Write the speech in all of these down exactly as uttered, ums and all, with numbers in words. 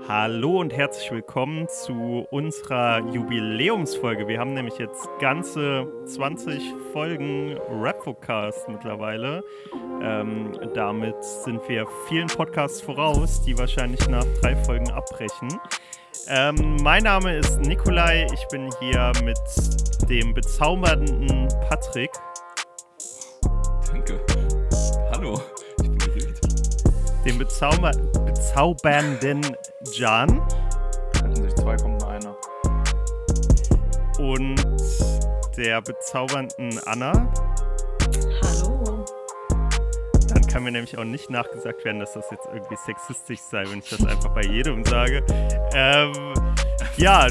Hallo und herzlich willkommen zu unserer Jubiläumsfolge. Wir haben nämlich jetzt ganze zwanzig Folgen Rapfocast mittlerweile. Ähm, damit sind wir vielen Podcasts voraus, die wahrscheinlich nach drei Folgen abbrechen. Ähm, mein Name ist Nikolai, ich bin hier mit dem bezaubernden Patrick. Danke. Hallo, ich bin gerührt. Dem bezauber- bezaubernden Can. Hätten sich zwei, kommt nur einer. Und der bezaubernden Anna. Hallo. Dann kann mir nämlich auch nicht nachgesagt werden, dass das jetzt irgendwie sexistisch sei, wenn ich das einfach bei jedem sage. Ähm, ja,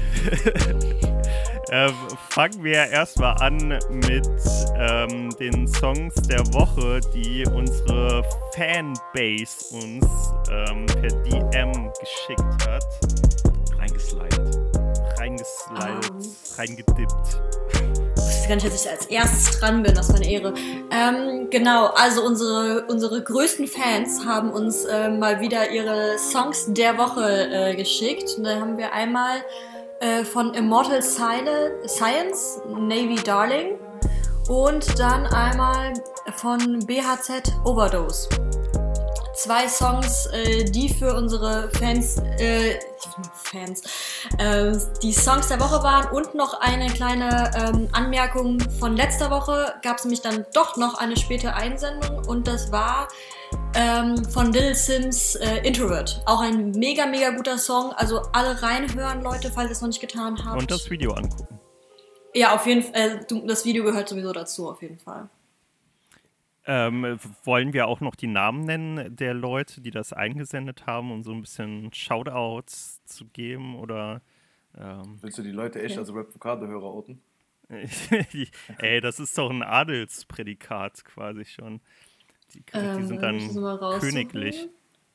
ähm, fangen wir erstmal an mit ähm, den Songs der Woche, die unsere Fanbase uns ähm, per D M geschickt hat. Reingeslidet. Reingeslidet, Um. reingedippt. Ich weiß gar nicht, dass ich als erstes dran bin, das war eine Ehre. Ähm, genau, also unsere, unsere größten Fans haben uns äh, mal wieder ihre Songs der Woche äh, geschickt. Und da haben wir einmal äh, von Immortal Sile- Science, Navy Darling, und dann einmal von B H Z Overdose. Zwei Songs, äh, die für unsere Fans, äh, Fans, äh, die Songs der Woche waren, und noch eine kleine ähm, Anmerkung von letzter Woche. Gab es nämlich dann doch noch eine späte Einsendung, und das war ähm, von Little Sims äh, Introvert. Auch ein mega, mega guter Song. Also alle reinhören, Leute, falls ihr es noch nicht getan habt. Und das Video angucken. Ja, auf jeden Fall. Äh, das Video gehört sowieso dazu, auf jeden Fall. Ähm, wollen wir auch noch die Namen nennen der Leute, die das eingesendet haben, um so ein bisschen Shoutouts zu geben? Oder ähm, Willst du die Leute echt Ja. als Rap-Vokade-Hörer outen? ey, das ist doch ein Adelsprädikat quasi schon. Die, die Ähm, sind muss ich das mal dann raussuchen? königlich.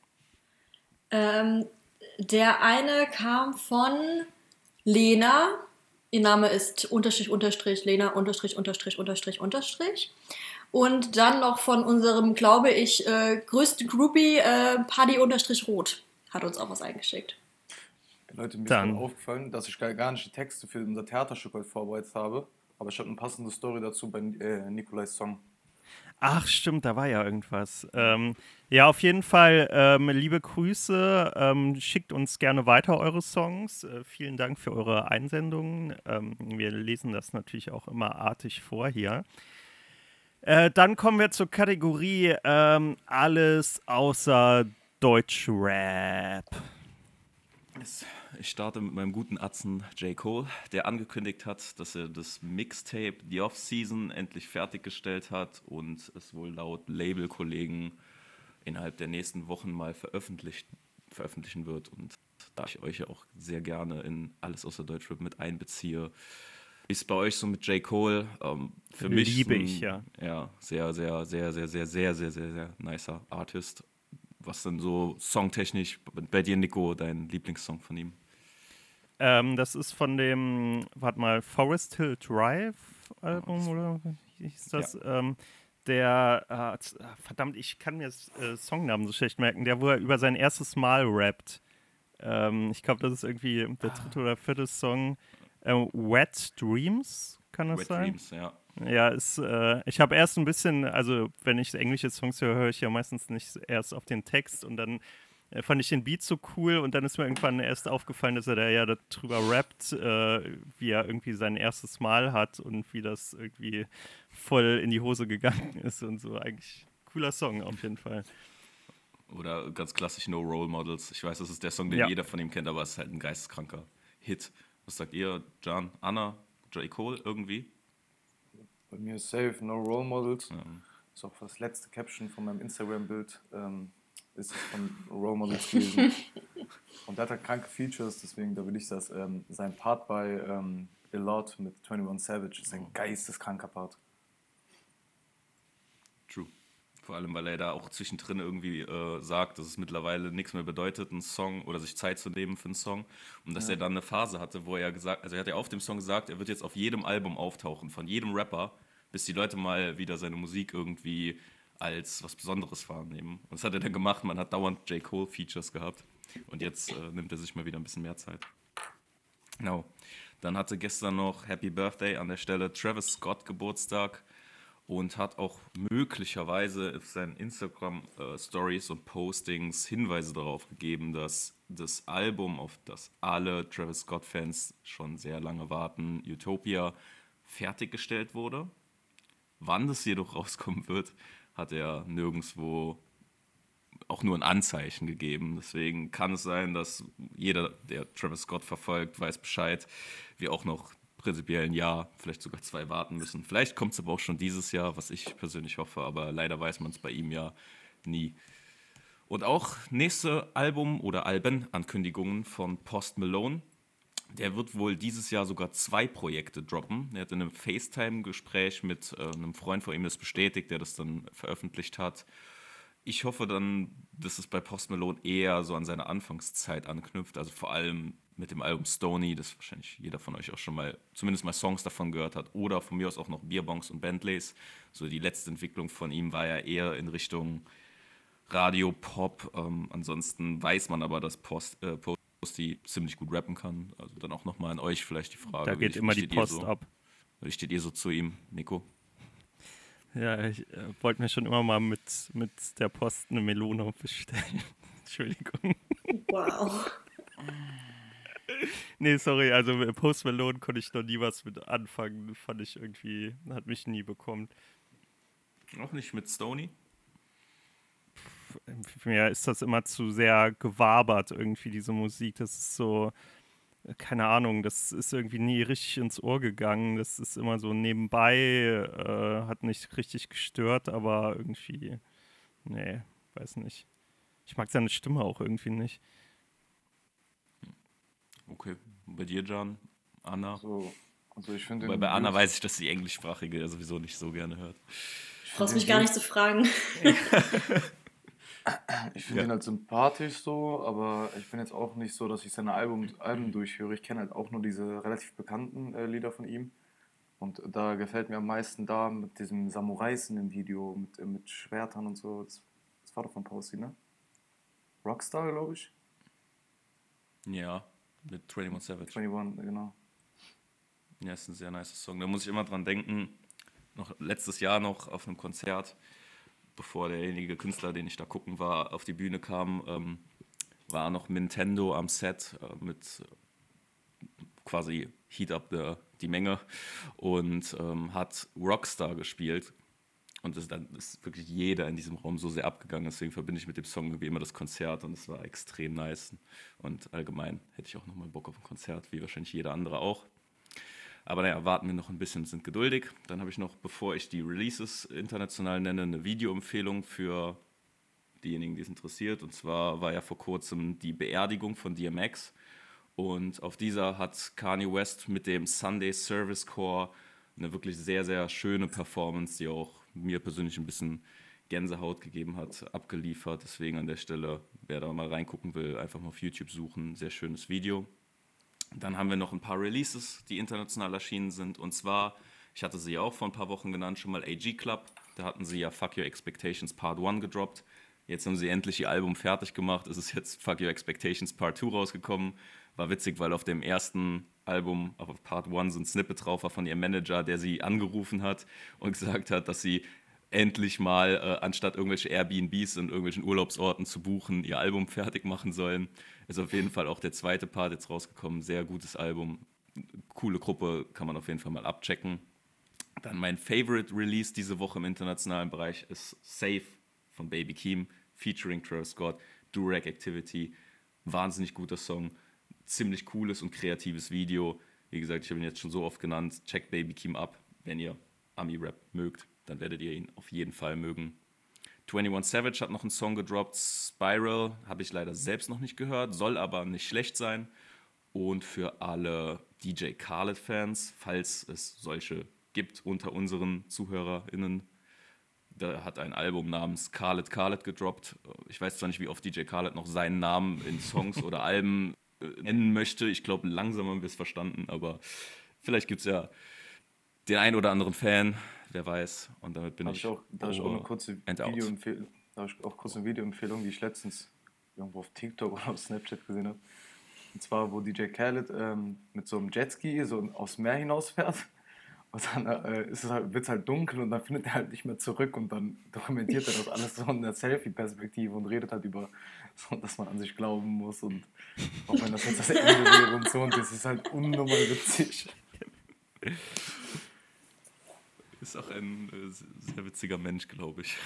Ähm, der eine kam von Lena. Ihr Name ist unterstrich unterstrich Lena unterstrich unterstrich unterstrich unterstrich. Und dann noch von unserem, glaube ich, äh, größten Groupie, äh, Paddy unterstrich Rot. Hat uns auch was eingeschickt. Leute, mir ist Dann. gerade aufgefallen, dass ich gar gar nicht die Texte für unser Theaterstück heute vorbereitet habe. Aber ich habe eine passende Story dazu bei äh, Nikolais Song. Ach, stimmt, da war ja irgendwas. Ähm, ja, auf jeden Fall, ähm, liebe Grüße. Ähm, schickt uns gerne weiter eure Songs. Äh, vielen Dank für eure Einsendungen. Ähm, wir lesen das natürlich auch immer artig vor hier. Äh, dann kommen wir zur Kategorie ähm, alles außer Deutschrap. Ich starte mit meinem guten Atzen J. Cole, der angekündigt hat, dass er das Mixtape The Off-Season endlich fertiggestellt hat und es wohl laut Labelkollegen innerhalb der nächsten Wochen mal veröffentlicht, veröffentlichen wird. Und da ich euch ja auch sehr gerne in alles außer Deutschrap mit einbeziehe, ist bei euch so mit J. Cole ähm, für mich Liebe ein, ich, ja. ja, sehr, sehr, sehr, sehr, sehr, sehr, sehr, sehr, sehr nicer Artist. Was denn so songtechnisch bei dir, Nico, dein Lieblingssong von ihm? Ähm, das ist von dem, warte mal, Forest Hill Drive Album, oder wie hieß das? Ja. Ähm, der, äh, verdammt, ich kann mir das äh, Songnamen so schlecht merken, der, wo er über sein erstes Mal rappt. Ähm, ich glaube, das ist irgendwie der dritte oder vierte Song. Ähm, Wet Dreams, kann das Wet sein? Dreams, ja. Ja, ist, äh, ich habe erst ein bisschen, also wenn ich englische Songs höre, höre ich ja meistens nicht erst auf den Text, und dann äh, fand ich den Beat so cool, und dann ist mir irgendwann erst aufgefallen, dass er da ja darüber rappt, äh, wie er irgendwie sein erstes Mal hat und wie das irgendwie voll in die Hose gegangen ist und so. Eigentlich cooler Song auf jeden Fall. Oder ganz klassisch No Role Models. Ich weiß, das ist der Song, den Ja. jeder von ihm kennt, aber es ist halt ein geisteskranker Hit. Was sagt ihr, Can, Anna, J. Cole irgendwie? Bei mir ist safe No Role Models. Ja. Ist auch das letzte Caption von meinem Instagram-Bild. Ähm, ist von Role Models gewesen. Und der hat halt kranke Features, deswegen da will ich das. Ähm, sein Part bei ähm, A Lot mit einundzwanzig Savage ist ein geisteskranker Part. True. Vor allem, weil er da auch zwischendrin irgendwie äh, sagt, dass es mittlerweile nichts mehr bedeutet, einen Song oder sich Zeit zu nehmen für einen Song. Und dass Ja. er dann eine Phase hatte, wo er gesagt, also er hat ja auf dem Song gesagt, er wird jetzt auf jedem Album auftauchen, von jedem Rapper, bis die Leute mal wieder seine Musik irgendwie als was Besonderes wahrnehmen. Und das hat er dann gemacht, man hat dauernd J. Cole-Features gehabt. Und jetzt äh, nimmt er sich mal wieder ein bisschen mehr Zeit. Genau. Dann hatte gestern noch Happy Birthday an der Stelle Travis Scott Geburtstag und hat auch möglicherweise auf seinen Instagram-Stories und Postings Hinweise darauf gegeben, dass das Album, auf das alle Travis Scott-Fans schon sehr lange warten, Utopia, fertiggestellt wurde. Wann das jedoch rauskommen wird, hat er nirgendwo auch nur ein Anzeichen gegeben. Deswegen kann es sein, dass jeder, der Travis Scott verfolgt, weiß Bescheid, wir auch noch prinzipiell ein Jahr, vielleicht sogar zwei warten müssen. Vielleicht kommt es aber auch schon dieses Jahr, was ich persönlich hoffe, aber leider weiß man es bei ihm ja nie. Und auch nächste Album- oder Alben-Ankündigungen von Post Malone. Der wird wohl dieses Jahr sogar zwei Projekte droppen. Er hat in einem FaceTime-Gespräch mit äh, einem Freund von ihm das bestätigt, der das dann veröffentlicht hat. Ich hoffe dann, dass es bei Post Malone eher so an seine Anfangszeit anknüpft, also vor allem mit dem Album Stoney, das wahrscheinlich jeder von euch auch schon mal, zumindest mal Songs davon gehört hat, oder von mir aus auch noch Bierbongs und Bentleys. So die letzte Entwicklung von ihm war ja eher in Richtung Radio, Pop. Ähm, ansonsten weiß man aber, dass Post, äh, Posty ziemlich gut rappen kann. Also dann auch nochmal an euch vielleicht die Frage. Da geht wie, immer wie die Post so, ab. Wie steht ihr so zu ihm, Nico? Ja, ich äh, wollte mir schon immer mal mit, mit der Post eine Melone bestellen. Entschuldigung. Wow. Nee, sorry, also mit Post Malone konnte ich noch nie was mit anfangen. Fand ich irgendwie, hat mich nie bekommen. Auch nicht mit Stoney? Für mich ist das immer zu sehr gewabert, irgendwie, diese Musik. Das ist so, keine Ahnung, das ist irgendwie nie richtig ins Ohr gegangen. Das ist immer so nebenbei, äh, hat nicht richtig gestört, aber irgendwie, nee, weiß nicht. Ich mag seine Stimme auch irgendwie nicht. Okay. Und bei dir, Can? Anna? So, also ich finde Weil den bei Anna Bild- weiß ich, dass sie englischsprachige sowieso nicht so gerne hört. ich Brauchst find mich den gar Bild- nicht zu fragen. Ich finde Ja. ihn halt sympathisch so, aber ich bin jetzt auch nicht so, dass ich seine Album, Alben durchhöre. Ich kenne halt auch nur diese relativ bekannten äh, Lieder von ihm. Und da gefällt mir am meisten da mit diesem Samurais in dem Video, mit, äh, mit Schwertern und so. Das, das war doch von Posty, ne? Rockstar, glaube ich. Ja, mit einundzwanzig Savage. einundzwanzig, genau. Ja, ist ein sehr nice Song. Da muss ich immer dran denken, noch letztes Jahr noch auf einem Konzert, bevor derjenige Künstler, den ich da gucken war, auf die Bühne kam, ähm, war noch Nintendo am Set äh, mit quasi Heat Up the, die Menge und ähm, hat Rockstar gespielt. Und das, dann ist wirklich jeder in diesem Raum so sehr abgegangen. Deswegen verbinde ich mit dem Song wie immer das Konzert und es war extrem nice. Und allgemein hätte ich auch nochmal Bock auf ein Konzert, wie wahrscheinlich jeder andere auch. Aber naja, warten wir noch ein bisschen, sind geduldig. Dann habe ich noch, bevor ich die Releases international nenne, eine Videoempfehlung für diejenigen, die es interessiert. Und zwar war ja vor kurzem die Beerdigung von D M X. Und auf dieser hat Kanye West mit dem Sunday Service Corps eine wirklich sehr, sehr schöne Performance, die auch mir persönlich ein bisschen Gänsehaut gegeben hat, abgeliefert. Deswegen an der Stelle, wer da mal reingucken will, einfach mal auf YouTube suchen. Sehr schönes Video. Dann haben wir noch ein paar Releases, die international erschienen sind. Und zwar, ich hatte sie ja auch vor ein paar Wochen genannt, schon mal A G Club. Da hatten sie ja Fuck Your Expectations Part eins gedroppt. Jetzt haben sie endlich ihr Album fertig gemacht. Es ist jetzt Fuck Your Expectations Part zwei rausgekommen. War witzig, weil auf dem ersten Album, auf Part eins, so ein Snippet drauf war von ihrem Manager, der sie angerufen hat und gesagt hat, dass sie endlich mal, äh, anstatt irgendwelche Airbnbs in irgendwelchen Urlaubsorten zu buchen, ihr Album fertig machen sollen. Ist auf jeden Fall auch der zweite Part jetzt rausgekommen. Sehr gutes Album. Coole Gruppe, kann man auf jeden Fall mal abchecken. Dann mein Favorite Release diese Woche im internationalen Bereich ist Safe von Baby Keem, featuring Travis Scott, Do-Rag Activity. Wahnsinnig guter Song. Ziemlich cooles und kreatives Video. Wie gesagt, ich habe ihn jetzt schon so oft genannt. Checkt Baby Keem ab, wenn ihr Ami-Rap mögt. Dann werdet ihr ihn auf jeden Fall mögen. einundzwanzig Savage hat noch einen Song gedroppt. Spiral habe ich leider selbst noch nicht gehört, soll aber nicht schlecht sein. Und für alle D J Khaled-Fans, falls es solche gibt unter unseren ZuhörerInnen, da hat ein Album namens Khaled Khaled gedroppt. Ich weiß zwar nicht, wie oft D J Khaled noch seinen Namen in Songs oder Alben nennen möchte. Ich glaube, langsam haben wir es verstanden, aber vielleicht gibt es ja den einen oder anderen Fan, wer weiß. Und damit bin Darf ich. ich auch, darf ich auch eine kurze and out. Videoempfehlung, darf ich auch kurz eine Videoempfehlung, die ich letztens irgendwo auf TikTok oder auf Snapchat gesehen habe. Und zwar, wo D J Khaled ähm, mit so einem Jetski so aufs Meer hinausfährt. Und dann äh, ist es halt, wird es halt dunkel und dann findet er halt nicht mehr zurück und dann dokumentiert er das alles so in der Selfie-Perspektive und redet halt über, so, dass man an sich glauben muss und auch wenn das jetzt das Ende wäre und so und das ist halt unnormal witzig. Ist auch ein äh, sehr witziger Mensch, glaube ich.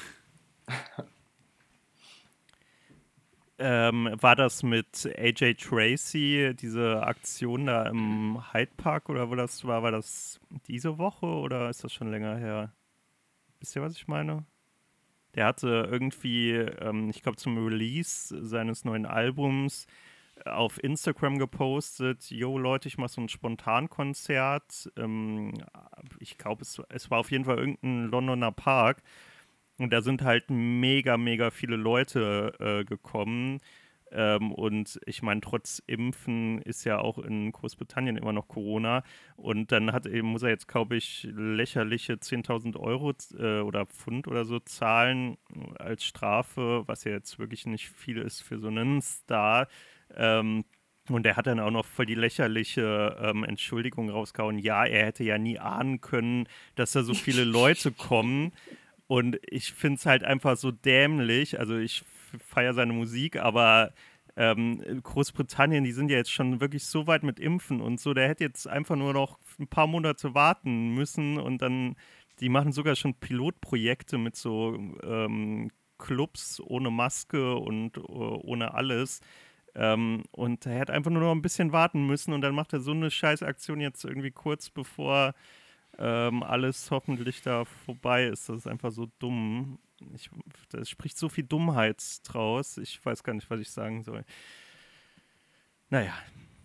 Ähm, war das mit A J Tracy, diese Aktion da im Hyde Park oder wo das war? War das diese Woche oder ist das schon länger her? Wisst ihr, was ich meine? Der hatte irgendwie, ähm, ich glaube zum Release seines neuen Albums auf Instagram gepostet, yo Leute, ich mache so ein Spontankonzert. Ähm, ich glaube, es, es war auf jeden Fall irgendein Londoner Park. Und da sind halt mega, mega viele Leute äh, gekommen. Ähm, und ich meine, trotz Impfen ist ja auch in Großbritannien immer noch Corona. Und dann hat, muss er jetzt, glaube ich, lächerliche zehntausend Euro äh, oder Pfund oder so zahlen als Strafe, was ja jetzt wirklich nicht viel ist für so einen Star. Ähm, und er hat dann auch noch voll die lächerliche ähm, Entschuldigung rausgehauen. Ja, er hätte ja nie ahnen können, dass da so viele Leute kommen. Und ich finde es halt einfach so dämlich. Also ich feiere seine Musik, aber ähm, Großbritannien, die sind ja jetzt schon wirklich so weit mit Impfen und so. Der hätte jetzt einfach nur noch ein paar Monate warten müssen und dann, die machen sogar schon Pilotprojekte mit so ähm, Clubs ohne Maske und uh, ohne alles. Ähm, und er hätte einfach nur noch ein bisschen warten müssen und dann macht er so eine Scheißaktion jetzt irgendwie kurz bevor Ähm, alles hoffentlich da vorbei ist. Das ist einfach so dumm. Ich, das spricht so viel Dummheit draus. Ich weiß gar nicht, was ich sagen soll. Naja.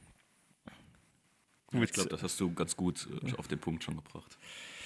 Gut. Ich glaube, das hast du ganz gut äh, auf den Punkt schon gebracht.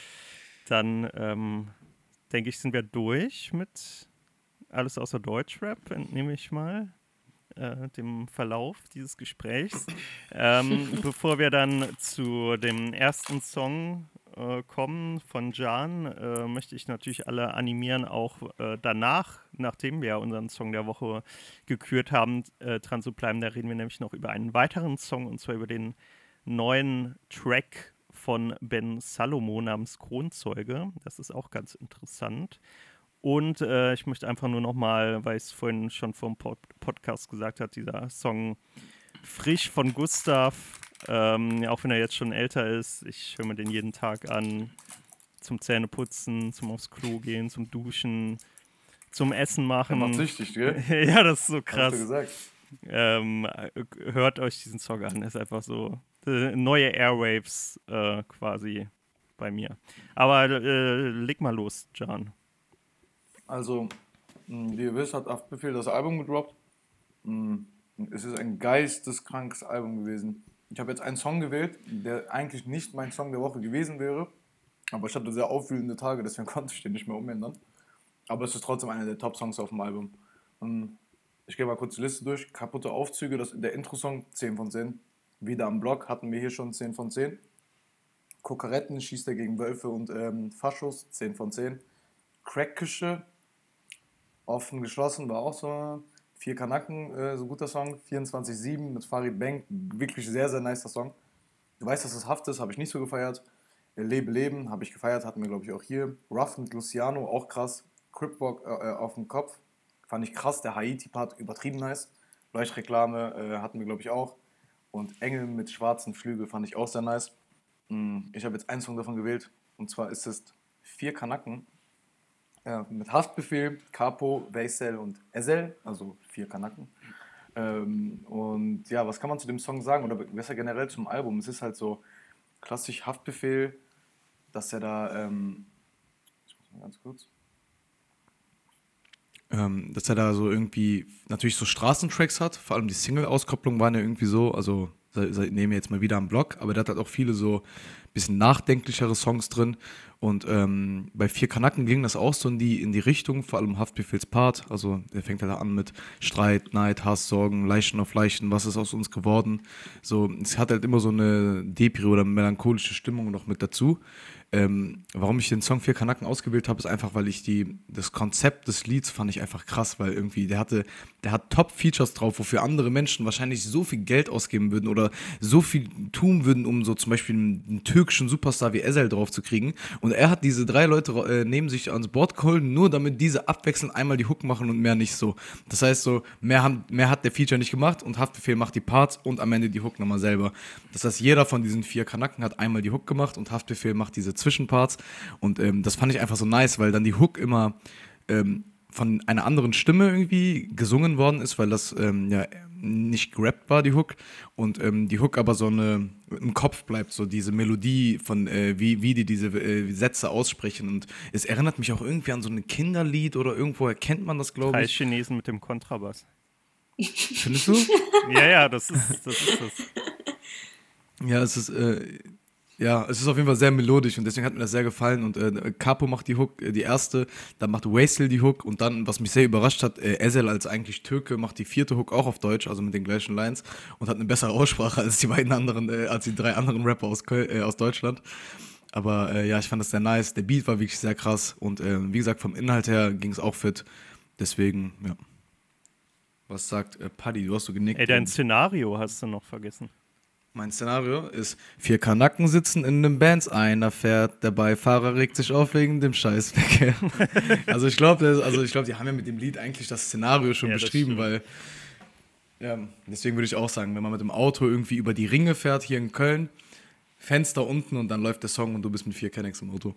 Dann ähm, denke ich, sind wir durch mit alles außer Deutschrap, entnehme ich mal. Äh, dem Verlauf dieses Gesprächs. ähm, bevor wir dann zu dem ersten Song äh, kommen von Can, äh, möchte ich natürlich alle animieren, auch äh, danach, nachdem wir unseren Song der Woche gekürt haben, äh, dran zu bleiben. Da reden wir nämlich noch über einen weiteren Song, und zwar über den neuen Track von Ben Salomo namens Kronzeuge. Das ist auch ganz interessant. Und äh, ich möchte einfach nur nochmal, weil ich es vorhin schon vom Pod- Podcast gesagt habe, dieser Song Frisch von Gustav, ähm, auch wenn er jetzt schon älter ist, ich höre mir den jeden Tag an, zum Zähneputzen, zum aufs Klo gehen, zum Duschen, zum Essen machen. Der macht süchtig, gell? Ja, das ist so krass. Hast du gesagt? Ähm, hört euch diesen Song an, ist einfach so äh, neue Airwaves äh, quasi bei mir. Aber äh, leg mal los, Can. Also, mh, wie ihr wisst, hat Haftbefehl das Album gedroppt. Mh, Es ist ein geisteskrankes Album gewesen. Ich habe jetzt einen Song gewählt, der eigentlich nicht mein Song der Woche gewesen wäre. Aber ich hatte sehr aufwühlende Tage, deswegen konnte ich den nicht mehr umändern. Aber es ist trotzdem einer der Top-Songs auf dem Album. Mh, Ich gehe mal kurz die Liste durch. Kaputte Aufzüge, das, der Intro-Song zehn von zehn. Wieder am Block hatten wir hier schon zehn von zehn. Kokaretten schießt er gegen Wölfe und ähm, Faschos, zehn von zehn. Crackküche, offen geschlossen, war auch so. Vier Kanaken, äh, so ein guter Song. vierundzwanzig sieben mit Farid Bang, wirklich sehr, sehr nicer Song. Du weißt, dass es Haft ist, habe ich nicht so gefeiert. Lebe Leben habe ich gefeiert, hatten wir glaube ich auch hier. Rough mit Luciano, auch krass. Cripwalk äh, auf dem Kopf, fand ich krass. Der Haiti-Part übertrieben nice. Leuchtreklame äh, hatten wir glaube ich auch. Und Engel mit schwarzen Flügel fand ich auch sehr nice. Ich habe jetzt einen Song davon gewählt. Und zwar ist es Vier Kanaken. Ja, mit Haftbefehl, Capo, Weisel und Ezel, also vier Kanaken. Ähm, und ja, was kann man zu dem Song sagen? Oder besser generell zum Album? Es ist halt so klassisch Haftbefehl, dass er da, ähm, ich muss mal ganz kurz. Ähm, dass er da so irgendwie natürlich so Straßentracks hat, vor allem die Single-Auskopplungen waren ja irgendwie so, also nehmen wir jetzt mal wieder am Block, aber der hat halt auch viele so bisschen nachdenklichere Songs drin. Und ähm, bei Vier Kanaken ging das auch so in die, in die Richtung, vor allem Haftbefehls Part. Also der fängt halt an mit Streit, Neid, Hass, Sorgen, Leichen auf Leichen, was ist aus uns geworden. So, es hat halt immer so eine Depri- oder melancholische Stimmung noch mit dazu. Ähm, warum ich den Song Vier Kanaken ausgewählt habe, ist einfach, weil ich die, das Konzept des Lieds fand ich einfach krass, weil irgendwie der hatte, der hat Top-Features drauf, wofür andere Menschen wahrscheinlich so viel Geld ausgeben würden oder so viel tun würden, um so zum Beispiel einen, einen türkischen Superstar wie Ezel drauf zu kriegen. Und er hat diese drei Leute äh, neben sich ans Board geholt, nur damit diese abwechselnd einmal die Hook machen und mehr nicht so. Das heißt so, mehr, haben, mehr hat der Feature nicht gemacht und Haftbefehl macht die Parts und am Ende die Hook nochmal selber. Das heißt, jeder von diesen vier Kanaken hat einmal die Hook gemacht und Haftbefehl macht diese Zwischenparts und ähm, das fand ich einfach so nice, weil dann die Hook immer ähm, von einer anderen Stimme irgendwie gesungen worden ist, weil das ähm, ja nicht gerappt war, die Hook, und ähm, die Hook aber so eine im Kopf bleibt, so diese Melodie von äh, wie, wie die diese äh, Sätze aussprechen, und es erinnert mich auch irgendwie an so ein Kinderlied oder irgendwo erkennt man das, glaube Drei ich. Chinesen mit dem Kontrabass. Findest du? Ja, ja, das ist das. Ist das. Ja, es ist äh, Ja, es ist auf jeden Fall sehr melodisch und deswegen hat mir das sehr gefallen. Und äh, Capo macht die Hook, äh, die erste, dann macht Waisel die Hook und dann, was mich sehr überrascht hat, äh, Ezel als eigentlich Türke macht die vierte Hook auch auf Deutsch, also mit den gleichen Lines, und hat eine bessere Aussprache als die beiden anderen, äh, als die drei anderen Rapper aus, Köl- äh, aus Deutschland. Aber äh, ja, ich fand das sehr nice. Der Beat war wirklich sehr krass und äh, wie gesagt, vom Inhalt her ging es auch fit. Deswegen, ja. Was sagt äh, Paddy? Du hast so genickt. Ey, dein Szenario hast du noch vergessen. Mein Szenario ist, vier Kanaken sitzen in einem Benz, einer fährt, der Beifahrer regt sich auf wegen dem Scheißverkehr. Also ich glaube, also ich glaube, die haben ja mit dem Lied eigentlich das Szenario schon Ja, das beschrieben, stimmt. weil ja, deswegen würde ich auch sagen, wenn man mit dem Auto irgendwie über die Ringe fährt, hier in Köln, Fenster unten und dann läuft der Song und du bist mit vier Kennex im Auto.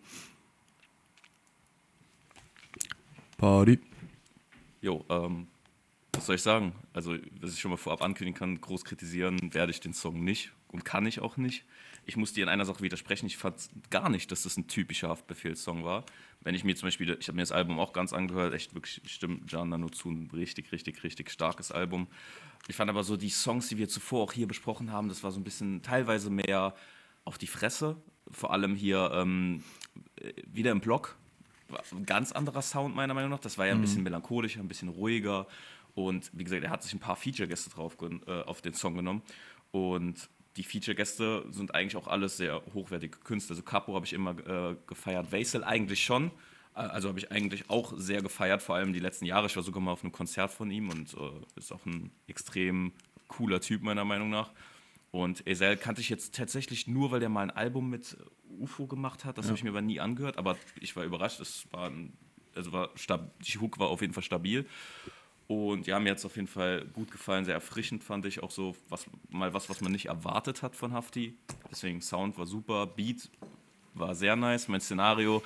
Party. Jo, ähm, was soll ich sagen? Also, was ich schon mal vorab ankündigen kann, groß kritisieren werde ich den Song nicht und kann ich auch nicht. Ich muss dir in einer Sache widersprechen, ich fand gar nicht, dass das ein typischer Haftbefehl-Song war. Wenn ich mir zum Beispiel, ich habe mir das Album auch ganz angehört, echt wirklich, ich stimme Can da nur zu, ein richtig, richtig, richtig starkes Album. Ich fand aber so die Songs, die wir zuvor auch hier besprochen haben, das war so ein bisschen teilweise mehr auf die Fresse, vor allem hier ähm, wieder im Block. War ein ganz anderer Sound meiner Meinung nach, das war ja ein bisschen melancholischer, ein bisschen ruhiger. Und wie gesagt, er hat sich ein paar Feature-Gäste drauf äh, auf den Song genommen. Und die Feature-Gäste sind eigentlich auch alles sehr hochwertige Künstler. Also Capo habe ich immer äh, gefeiert, Waisel eigentlich schon. Also habe ich eigentlich auch sehr gefeiert, vor allem die letzten Jahre. Ich war sogar mal auf einem Konzert von ihm und äh, ist auch ein extrem cooler Typ meiner Meinung nach. Und Ezel kannte ich jetzt tatsächlich nur, weil der mal ein Album mit U F O gemacht hat. Das ja. habe ich mir aber nie angehört. Aber ich war überrascht. Es war, ein, also war stab- die Hook war auf jeden Fall stabil. Und ja, mir hat es auf jeden Fall gut gefallen, sehr erfrischend fand ich, auch so was, mal was, was man nicht erwartet hat von Hafti. Deswegen Sound war super, Beat war sehr nice. Mein Szenario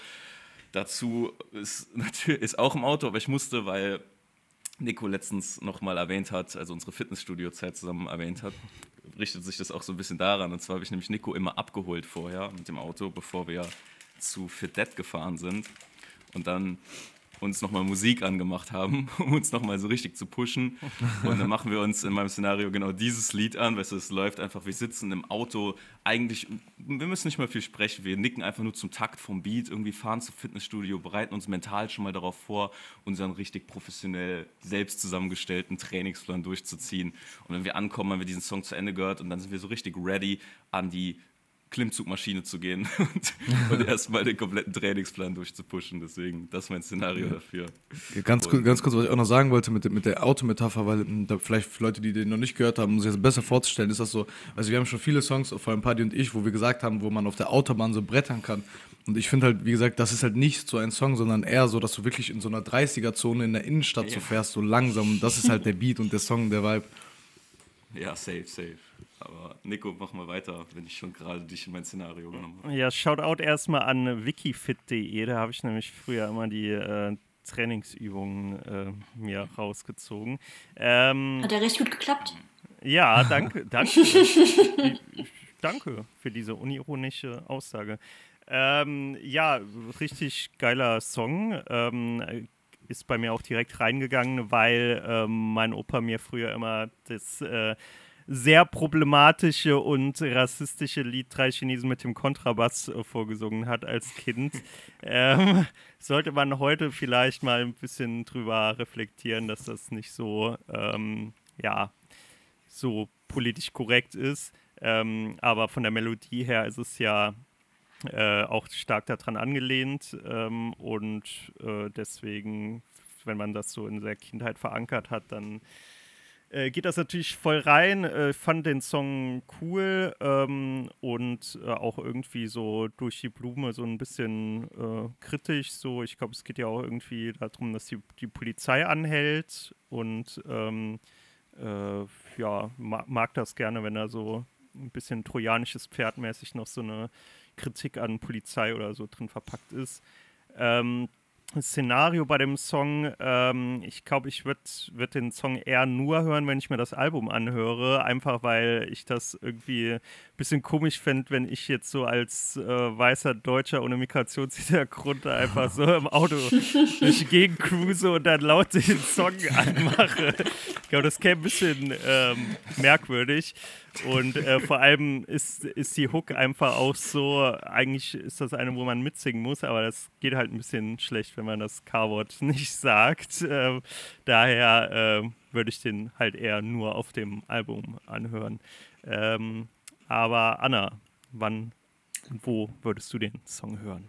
dazu ist, natürlich, ist auch im Auto, aber ich musste, weil Nico letztens nochmal erwähnt hat, also unsere Fitnessstudio-Zeit zusammen erwähnt hat, richtet sich das auch so ein bisschen daran. Und zwar habe ich nämlich Nico immer abgeholt vorher mit dem Auto, bevor wir zu Fit Dead gefahren sind. Und dann uns nochmal Musik angemacht haben, um uns nochmal so richtig zu pushen. Und dann machen wir uns in meinem Szenario genau dieses Lied an, weißt du, es läuft einfach, wir sitzen im Auto, eigentlich, wir müssen nicht mal viel sprechen, wir nicken einfach nur zum Takt vom Beat, irgendwie fahren zum Fitnessstudio, bereiten uns mental schon mal darauf vor, unseren richtig professionell selbst zusammengestellten Trainingsplan durchzuziehen. Und wenn wir ankommen, haben wir diesen Song zu Ende gehört und dann sind wir so richtig ready, an die Klimmzugmaschine zu gehen und, und erstmal den kompletten Trainingsplan durchzupushen. Deswegen, das ist mein Szenario ja. dafür. Ganz, und, ganz kurz, was ich auch noch sagen wollte mit, mit der Autometapher, weil da vielleicht für Leute, die den noch nicht gehört haben, um sich das besser vorzustellen, ist das so, also wir haben schon viele Songs, vor allem Paddy und ich, wo wir gesagt haben, wo man auf der Autobahn so brettern kann. Und ich finde halt, wie gesagt, das ist halt nicht so ein Song, sondern eher so, dass du wirklich in so einer dreißiger-Zone in der Innenstadt ja. so fährst, so langsam. Und das ist halt der Beat und der Song, der Vibe. Ja, safe, safe. Aber Nico, mach mal weiter, wenn ich schon gerade dich in mein Szenario genommen habe. Ja, Shoutout erstmal an wikifit punkt de. Da habe ich nämlich früher immer die äh, Trainingsübungen äh, mir rausgezogen. Ähm, Hat ja recht gut geklappt. Ja, danke, danke. Danke für diese unironische Aussage. Ähm, ja, richtig geiler Song. Ähm, ist bei mir auch direkt reingegangen, weil ähm, mein Opa mir früher immer das äh, sehr problematische und rassistische Lied Drei Chinesen mit dem Kontrabass äh, vorgesungen hat als Kind. ähm, sollte man heute vielleicht mal ein bisschen drüber reflektieren, dass das nicht so, ähm, ja, so politisch korrekt ist. Ähm, aber von der Melodie her ist es ja äh, auch stark daran angelehnt ähm, und äh, deswegen, wenn man das so in der Kindheit verankert hat, dann äh, geht das natürlich voll rein. Ich äh, fand den Song cool ähm, und äh, auch irgendwie so durch die Blume so ein bisschen äh, kritisch. So, ich glaube, es geht ja auch irgendwie darum, dass die, die Polizei anhält und ähm, äh, ja, ma- mag das gerne, wenn da so ein bisschen trojanisches Pferd mäßig noch so eine Kritik an Polizei oder so drin verpackt ist. Ähm, Szenario bei dem Song, ähm, ich glaube, ich würde würd den Song eher nur hören, wenn ich mir das Album anhöre, einfach weil ich das irgendwie ein bisschen komisch fände, wenn ich jetzt so als äh, weißer Deutscher ohne Migrationshintergrund einfach so im Auto durch die Gegend cruise und dann laut den Song anmache. Ich glaube, das käme ein bisschen ähm, merkwürdig. Und äh, vor allem ist, ist die Hook einfach auch so, eigentlich ist das eine, wo man mitsingen muss, aber das geht halt ein bisschen schlecht, wenn man das K-Wort nicht sagt. Ähm, daher äh, würde ich den halt eher nur auf dem Album anhören. Ähm, aber Anna, wann und wo würdest du den Song hören?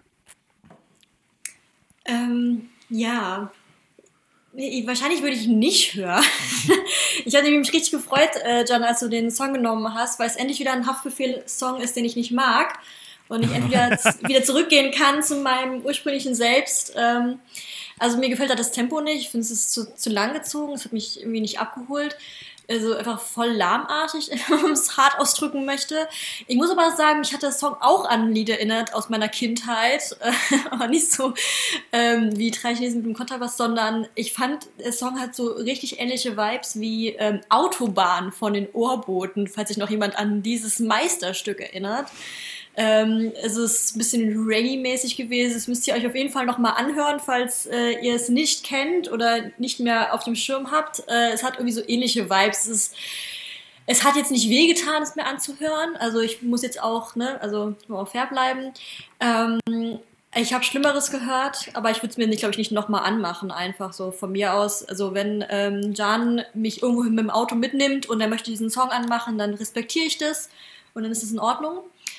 Ähm, ja, Nee, wahrscheinlich würde ich ihn nicht hören. Ich hatte mich richtig gefreut, äh, John, als du den Song genommen hast, weil es endlich wieder ein Haftbefehl-Song ist, den ich nicht mag und ich entweder z- wieder zurückgehen kann zu meinem ursprünglichen Selbst. Ähm, also mir gefällt da das Tempo nicht, ich finde es ist zu, zu lang gezogen, es hat mich irgendwie nicht abgeholt. Also einfach voll lahmartig, wenn man es hart ausdrücken möchte. Ich muss aber sagen, mich hat der Song auch an Lieder erinnert aus meiner Kindheit, äh, aber nicht so ähm, wie Drei Chinesen mit dem Kontrabass, sondern ich fand, der Song hat so richtig ähnliche Vibes wie ähm, Autobahn von den Ohrboten, falls sich noch jemand an dieses Meisterstück erinnert. Ähm, es ist ein bisschen Reggae-mäßig gewesen. Das müsst ihr euch auf jeden Fall nochmal anhören, falls äh, ihr es nicht kennt oder nicht mehr auf dem Schirm habt. Äh, es hat irgendwie so ähnliche Vibes. Es, ist, es hat jetzt nicht wehgetan, es mir anzuhören. Also ich muss jetzt auch, ne, also ich muss auch fair bleiben. Ähm, ich habe Schlimmeres gehört, aber ich würde es mir, glaube ich, nicht nochmal anmachen, einfach so von mir aus. Also wenn ähm, Can mich irgendwo mit dem Auto mitnimmt und er möchte diesen Song anmachen, dann respektiere ich das und dann ist es in Ordnung.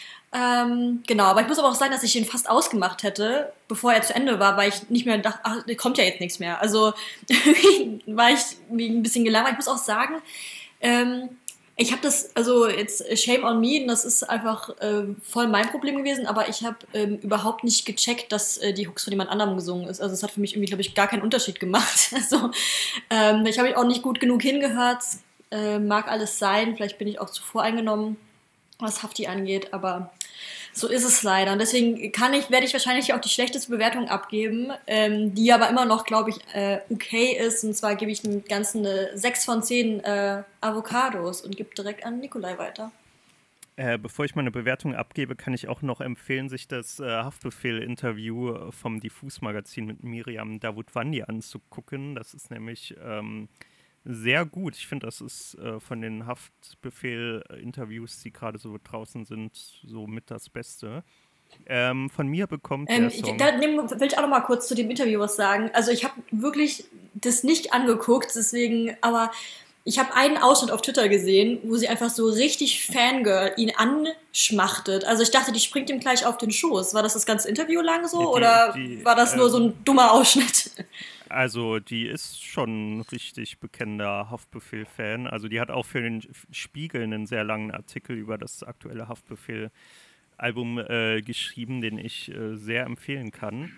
Ähm, genau, aber ich muss aber auch sagen, dass ich ihn fast ausgemacht hätte, bevor er zu Ende war, weil ich nicht mehr dachte, ach, kommt ja jetzt nichts mehr. Also war ich ein bisschen gelangweilt. Ich muss auch sagen, ähm, ich habe das, also jetzt Shame on me, das ist einfach äh, voll mein Problem gewesen, aber ich habe ähm, überhaupt nicht gecheckt, dass äh, die Hooks von jemand anderem gesungen ist. Also es hat für mich irgendwie, glaube ich, gar keinen Unterschied gemacht. Also ähm, ich habe auch nicht gut genug hingehört. Äh, mag alles sein, vielleicht bin ich auch zu voreingenommen, was Hafti angeht, aber so ist es leider. Und deswegen kann ich, werde ich wahrscheinlich auch die schlechteste Bewertung abgeben, ähm, die aber immer noch, glaube ich, äh, okay ist. Und zwar gebe ich dem Ganzen eine sechs von zehn äh, Avocados und gebe direkt an Nikolai weiter. Äh, bevor ich meine Bewertung abgebe, kann ich auch noch empfehlen, sich das äh, Haftbefehl-Interview vom Diffus-Magazin mit Miriam Davutwandi anzugucken. Das ist nämlich ähm, sehr gut. Ich finde, das ist äh, von den Haftbefehl-Interviews, die gerade so draußen sind, so mit das Beste. Ähm, von mir bekommt Ähm, der ich, Song... da nehm, will ich auch noch mal kurz zu dem Interview was sagen. Also ich habe wirklich das nicht angeguckt, deswegen, aber ich habe einen Ausschnitt auf Twitter gesehen, wo sie einfach so richtig Fangirl ihn anschmachtet. Also ich dachte, die springt ihm gleich auf den Schoß. War das das ganze Interview lang so Die- oder die, war das nur ähm, so ein dummer Ausschnitt? Also die ist schon ein richtig bekennender Haftbefehl-Fan. Also die hat auch für den Spiegel einen sehr langen Artikel über das aktuelle Haftbefehl-Album äh, geschrieben, den ich äh, sehr empfehlen kann.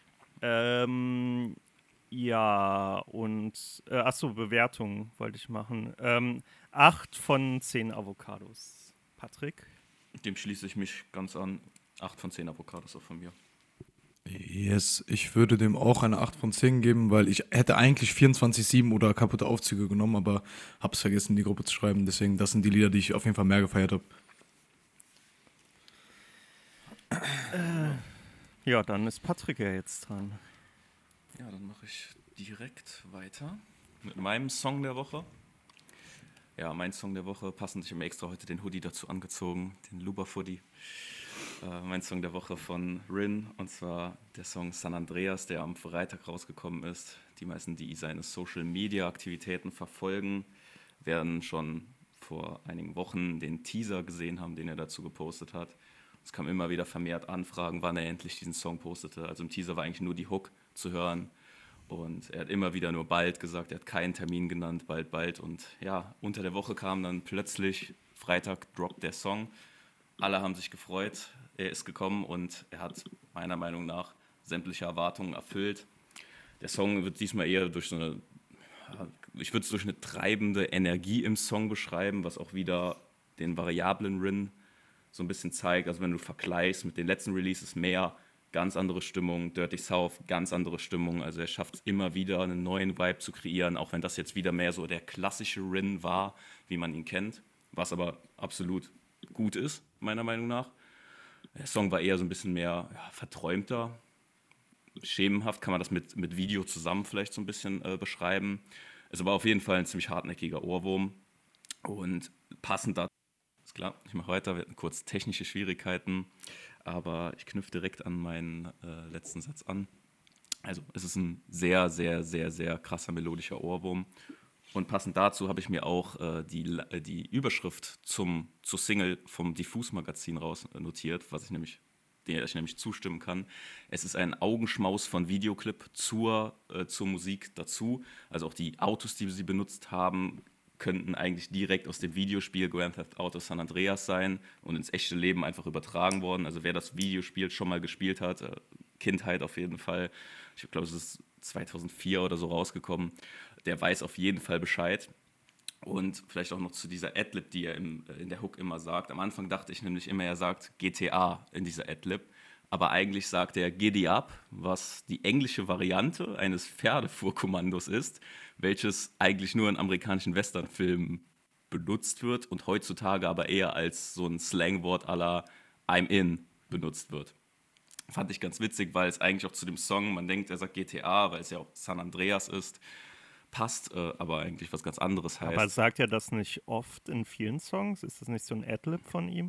Ähm, ja, und äh, achso, Bewertung wollte ich machen. Ähm, acht von zehn Avocados. Patrick? Dem schließe ich mich ganz an. acht von zehn Avocados auch von mir. Yes, ich würde dem auch eine acht von zehn geben, weil ich hätte eigentlich vierundzwanzig sieben oder kaputte Aufzüge genommen, aber hab's vergessen, in die Gruppe zu schreiben. Deswegen, das sind die Lieder, die ich auf jeden Fall mehr gefeiert habe. Äh, ja, dann ist Patrick ja jetzt dran. Ja, dann mache ich direkt weiter mit meinem Song der Woche. Ja, mein Song der Woche, passend, ich habe mir extra heute den Hoodie dazu angezogen, den Luba-Hoodie. Äh, mein Song der Woche von Rin, und zwar der Song San Andreas, der am Freitag rausgekommen ist. Die meisten, die seine Social-Media-Aktivitäten verfolgen, werden schon vor einigen Wochen den Teaser gesehen haben, den er dazu gepostet hat. Es kam immer wieder vermehrt Anfragen, wann er endlich diesen Song postete. Also im Teaser war eigentlich nur die Hook zu hören. Und er hat immer wieder nur bald gesagt, er hat keinen Termin genannt, bald, bald. Und ja, unter der Woche kam dann plötzlich, Freitag droppt der Song. Alle haben sich gefreut, er ist gekommen und er hat meiner Meinung nach sämtliche Erwartungen erfüllt. Der Song wird diesmal eher durch so eine, ich würde es durch eine treibende Energie im Song beschreiben, was auch wieder den variablen Rin so ein bisschen zeigt. Also wenn du vergleichst mit den letzten Releases, mehr, ganz andere Stimmung, Dirty South, ganz andere Stimmung. Also er schafft es immer wieder, einen neuen Vibe zu kreieren, auch wenn das jetzt wieder mehr so der klassische Rin war, wie man ihn kennt, was aber absolut gut ist, meiner Meinung nach. Der Song war eher so ein bisschen mehr ja, verträumter, schemenhaft, kann man das mit, mit Video zusammen vielleicht so ein bisschen äh, beschreiben. Es war auf jeden Fall ein ziemlich hartnäckiger Ohrwurm und passend dazu, ist klar, ich mache weiter, wir hatten kurz technische Schwierigkeiten, aber ich knüpfe direkt an meinen äh, letzten Satz an. Also es ist ein sehr, sehr, sehr, sehr krasser melodischer Ohrwurm. Und passend dazu habe ich mir auch äh, die, äh, die Überschrift zum, zur Single vom Diffus-Magazin raus äh, notiert, was ich nämlich, der ich nämlich zustimmen kann. Es ist ein Augenschmaus von Videoclip zur, äh, zur Musik dazu. Also auch die Autos, die sie benutzt haben, könnten eigentlich direkt aus dem Videospiel Grand Theft Auto San Andreas sein und ins echte Leben einfach übertragen worden. Also wer das Videospiel schon mal gespielt hat, äh, Kindheit auf jeden Fall, ich glaube, es ist zweitausendvier oder so rausgekommen, der weiß auf jeden Fall Bescheid. Und vielleicht auch noch zu dieser Adlib, die er im, in der Hook immer sagt. Am Anfang dachte ich nämlich immer, er sagt G T A in dieser Adlib. Aber eigentlich sagt er Giddy Up, was die englische Variante eines Pferdefuhrkommandos ist, welches eigentlich nur in amerikanischen Westernfilmen benutzt wird und heutzutage aber eher als so ein Slangwort à la I'm in benutzt wird. Fand ich ganz witzig, weil es eigentlich auch zu dem Song, man denkt, er sagt G T A, weil es ja auch San Andreas ist, passt, äh, aber eigentlich was ganz anderes heißt. Aber sagt er das nicht oft in vielen Songs? Ist das nicht so ein Adlib von ihm?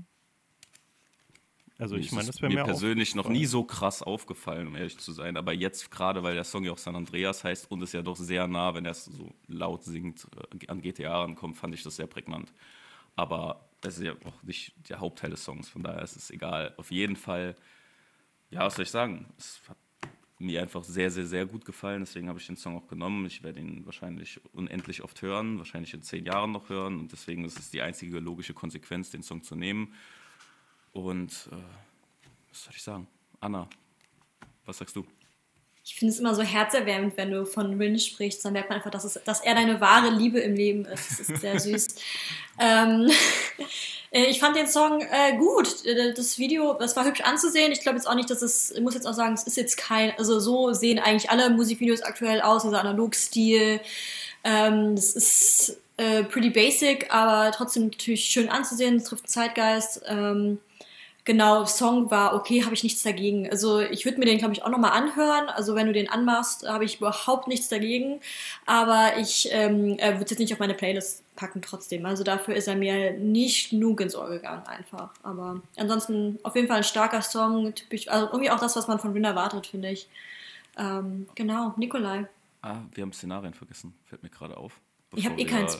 Also ich meine, das wäre mir mir persönlich noch nie so krass aufgefallen, um ehrlich zu sein. Aber jetzt gerade, weil der Song ja auch San Andreas heißt und es ja doch sehr nah, wenn er es so laut singt, äh, an G T A rankommt, fand ich das sehr prägnant. Aber das ist ja auch nicht der Hauptteil des Songs, von daher ist es egal. Auf jeden Fall, ja, was soll ich sagen? Es hat mir einfach sehr, sehr, sehr gut gefallen. Deswegen habe ich den Song auch genommen. Ich werde ihn wahrscheinlich unendlich oft hören, wahrscheinlich in zehn Jahren noch hören. Und deswegen ist es die einzige logische Konsequenz, den Song zu nehmen. Und äh, was soll ich sagen? Anna, was sagst du? Ich finde es immer so herzerwärmend, wenn du von Rin sprichst, dann merkt man einfach, dass, es, dass er deine wahre Liebe im Leben ist. Das ist sehr süß. ähm, ich fand den Song äh, gut. Das Video, das war hübsch anzusehen. Ich glaube jetzt auch nicht, dass es, ich muss jetzt auch sagen, es ist jetzt kein, also so sehen eigentlich alle Musikvideos aktuell aus, dieser Analogstil. Ähm, das ist äh, pretty basic, aber trotzdem natürlich schön anzusehen. Es trifft den Zeitgeist. Ähm, Genau, Song war okay, habe ich nichts dagegen. Also ich würde mir den, glaube ich, auch nochmal anhören. Also wenn du den anmachst, habe ich überhaupt nichts dagegen. Aber ich ähm, würde es jetzt nicht auf meine Playlist packen trotzdem. Also dafür ist er mir nicht genug ins Ohr gegangen einfach. Aber ansonsten auf jeden Fall ein starker Song. Typisch, also irgendwie auch das, was man von Rin erwartet, finde ich. Ähm, genau, Nikolai. Ah, wir haben Szenarien vergessen. Fällt mir gerade auf. Ich habe eh wir- keins.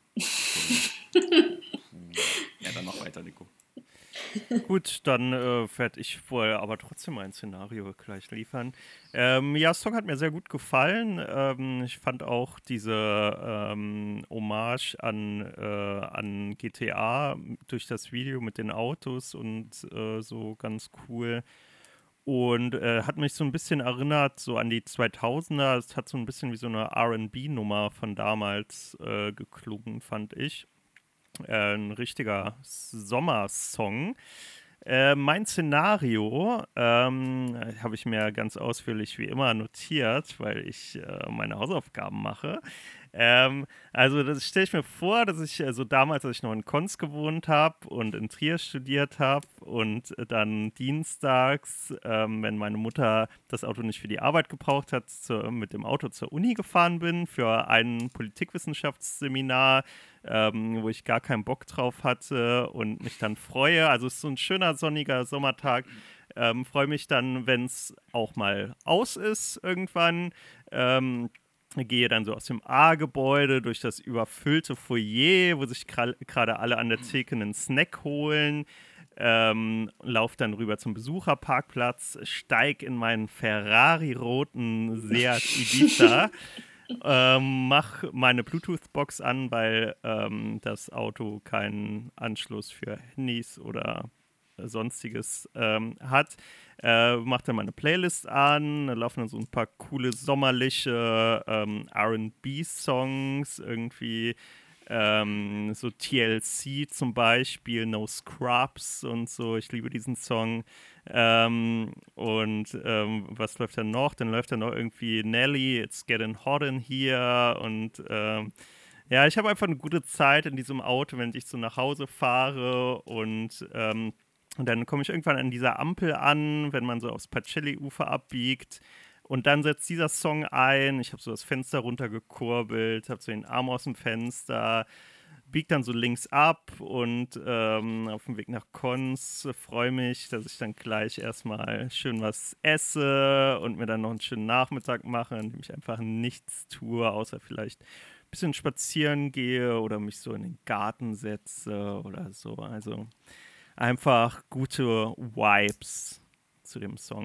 Ja, dann mach weiter, Nico. Gut, dann äh, werde ich wohl aber trotzdem ein Szenario gleich liefern. Ähm, ja, Song hat mir sehr gut gefallen. Ähm, ich fand auch diese ähm, Hommage an, äh, an G T A durch das Video mit den Autos und äh, so ganz cool. Und äh, hat mich so ein bisschen erinnert, so an die zweitausender. Es hat so ein bisschen wie so eine R and B-Nummer von damals äh, geklungen, fand ich. Äh, ein richtiger Sommersong. Äh, mein Szenario ähm, habe ich mir ganz ausführlich wie immer notiert, weil ich äh, meine Hausaufgaben mache. Ähm, also das stelle ich mir vor, dass ich also damals, als ich noch in Konz gewohnt habe und in Trier studiert habe und dann dienstags, ähm, wenn meine Mutter das Auto nicht für die Arbeit gebraucht hat, zur, mit dem Auto zur Uni gefahren bin für ein Politikwissenschaftsseminar, ähm, wo ich gar keinen Bock drauf hatte und mich dann freue. Also es ist so ein schöner sonniger Sommertag. Ähm, freue mich dann, wenn es auch mal aus ist irgendwann. Ähm, gehe dann so aus dem A-Gebäude durch das überfüllte Foyer, wo sich gerade alle an der Theke einen Snack holen. Ähm, lauf dann rüber zum Besucherparkplatz, steig in meinen Ferrari-roten Seat Ibiza, ähm, mach meine Bluetooth-Box an, weil ähm, das Auto keinen Anschluss für Handys oder Sonstiges ähm, hat. Äh, macht dann meine Playlist an, da laufen dann so ein paar coole sommerliche ähm, R and B-Songs, irgendwie ähm, so T L C zum Beispiel, No Scrubs und so. Ich liebe diesen Song. Ähm, und ähm, was läuft dann noch? Dann läuft dann noch irgendwie Nelly, It's Getting Hot in Here und ähm, ja, ich habe einfach eine gute Zeit in diesem Auto, wenn ich so nach Hause fahre und ähm, Und dann komme ich irgendwann an dieser Ampel an, wenn man so aufs Pacelli-Ufer abbiegt. Und dann setzt dieser Song ein. Ich habe so das Fenster runtergekurbelt, habe so den Arm aus dem Fenster, biege dann so links ab und ähm, auf dem Weg nach Konz freue mich, dass ich dann gleich erstmal schön was esse und mir dann noch einen schönen Nachmittag mache, in dem ich einfach nichts tue, außer vielleicht ein bisschen spazieren gehe oder mich so in den Garten setze oder so. Also einfach gute Vibes zu dem Song.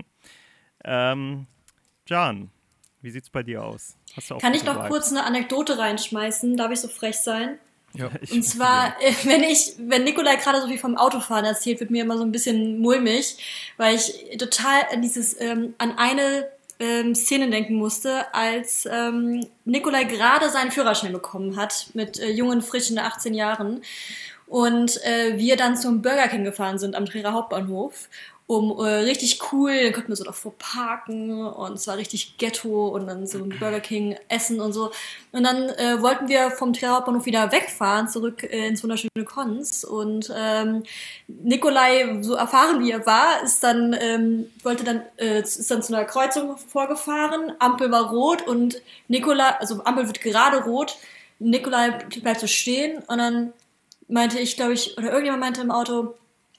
Ähm, Can, wie sieht's bei dir aus? Hast du auch Kann ich noch Vibes? kurz eine Anekdote reinschmeißen? Darf ich so frech sein? Ja. Und zwar, äh, wenn ich, wenn Nikolai gerade so viel vom Autofahren erzählt, wird mir immer so ein bisschen mulmig, weil ich total an dieses, ähm, an eine ähm, Szene denken musste, als ähm, Nikolai gerade seinen Führerschein bekommen hat, mit äh, jungen, frischen achtzehn Jahren. Und äh, wir dann zum Burger King gefahren sind am Trierer Hauptbahnhof, um äh, richtig cool, dann konnten wir so davor parken und es war richtig Ghetto und dann so ein Burger King essen und so. Und dann äh, wollten wir vom Trierer Hauptbahnhof wieder wegfahren, zurück äh, ins wunderschöne Konz. Und ähm, Nikolai, so erfahren wie er war, ist dann, ähm, wollte dann, äh, ist dann zu einer Kreuzung vorgefahren, Ampel war rot und Nikolai, also Ampel wird gerade rot, Nikolai bleibt so stehen und dann meinte ich, glaube ich, oder irgendjemand meinte im Auto,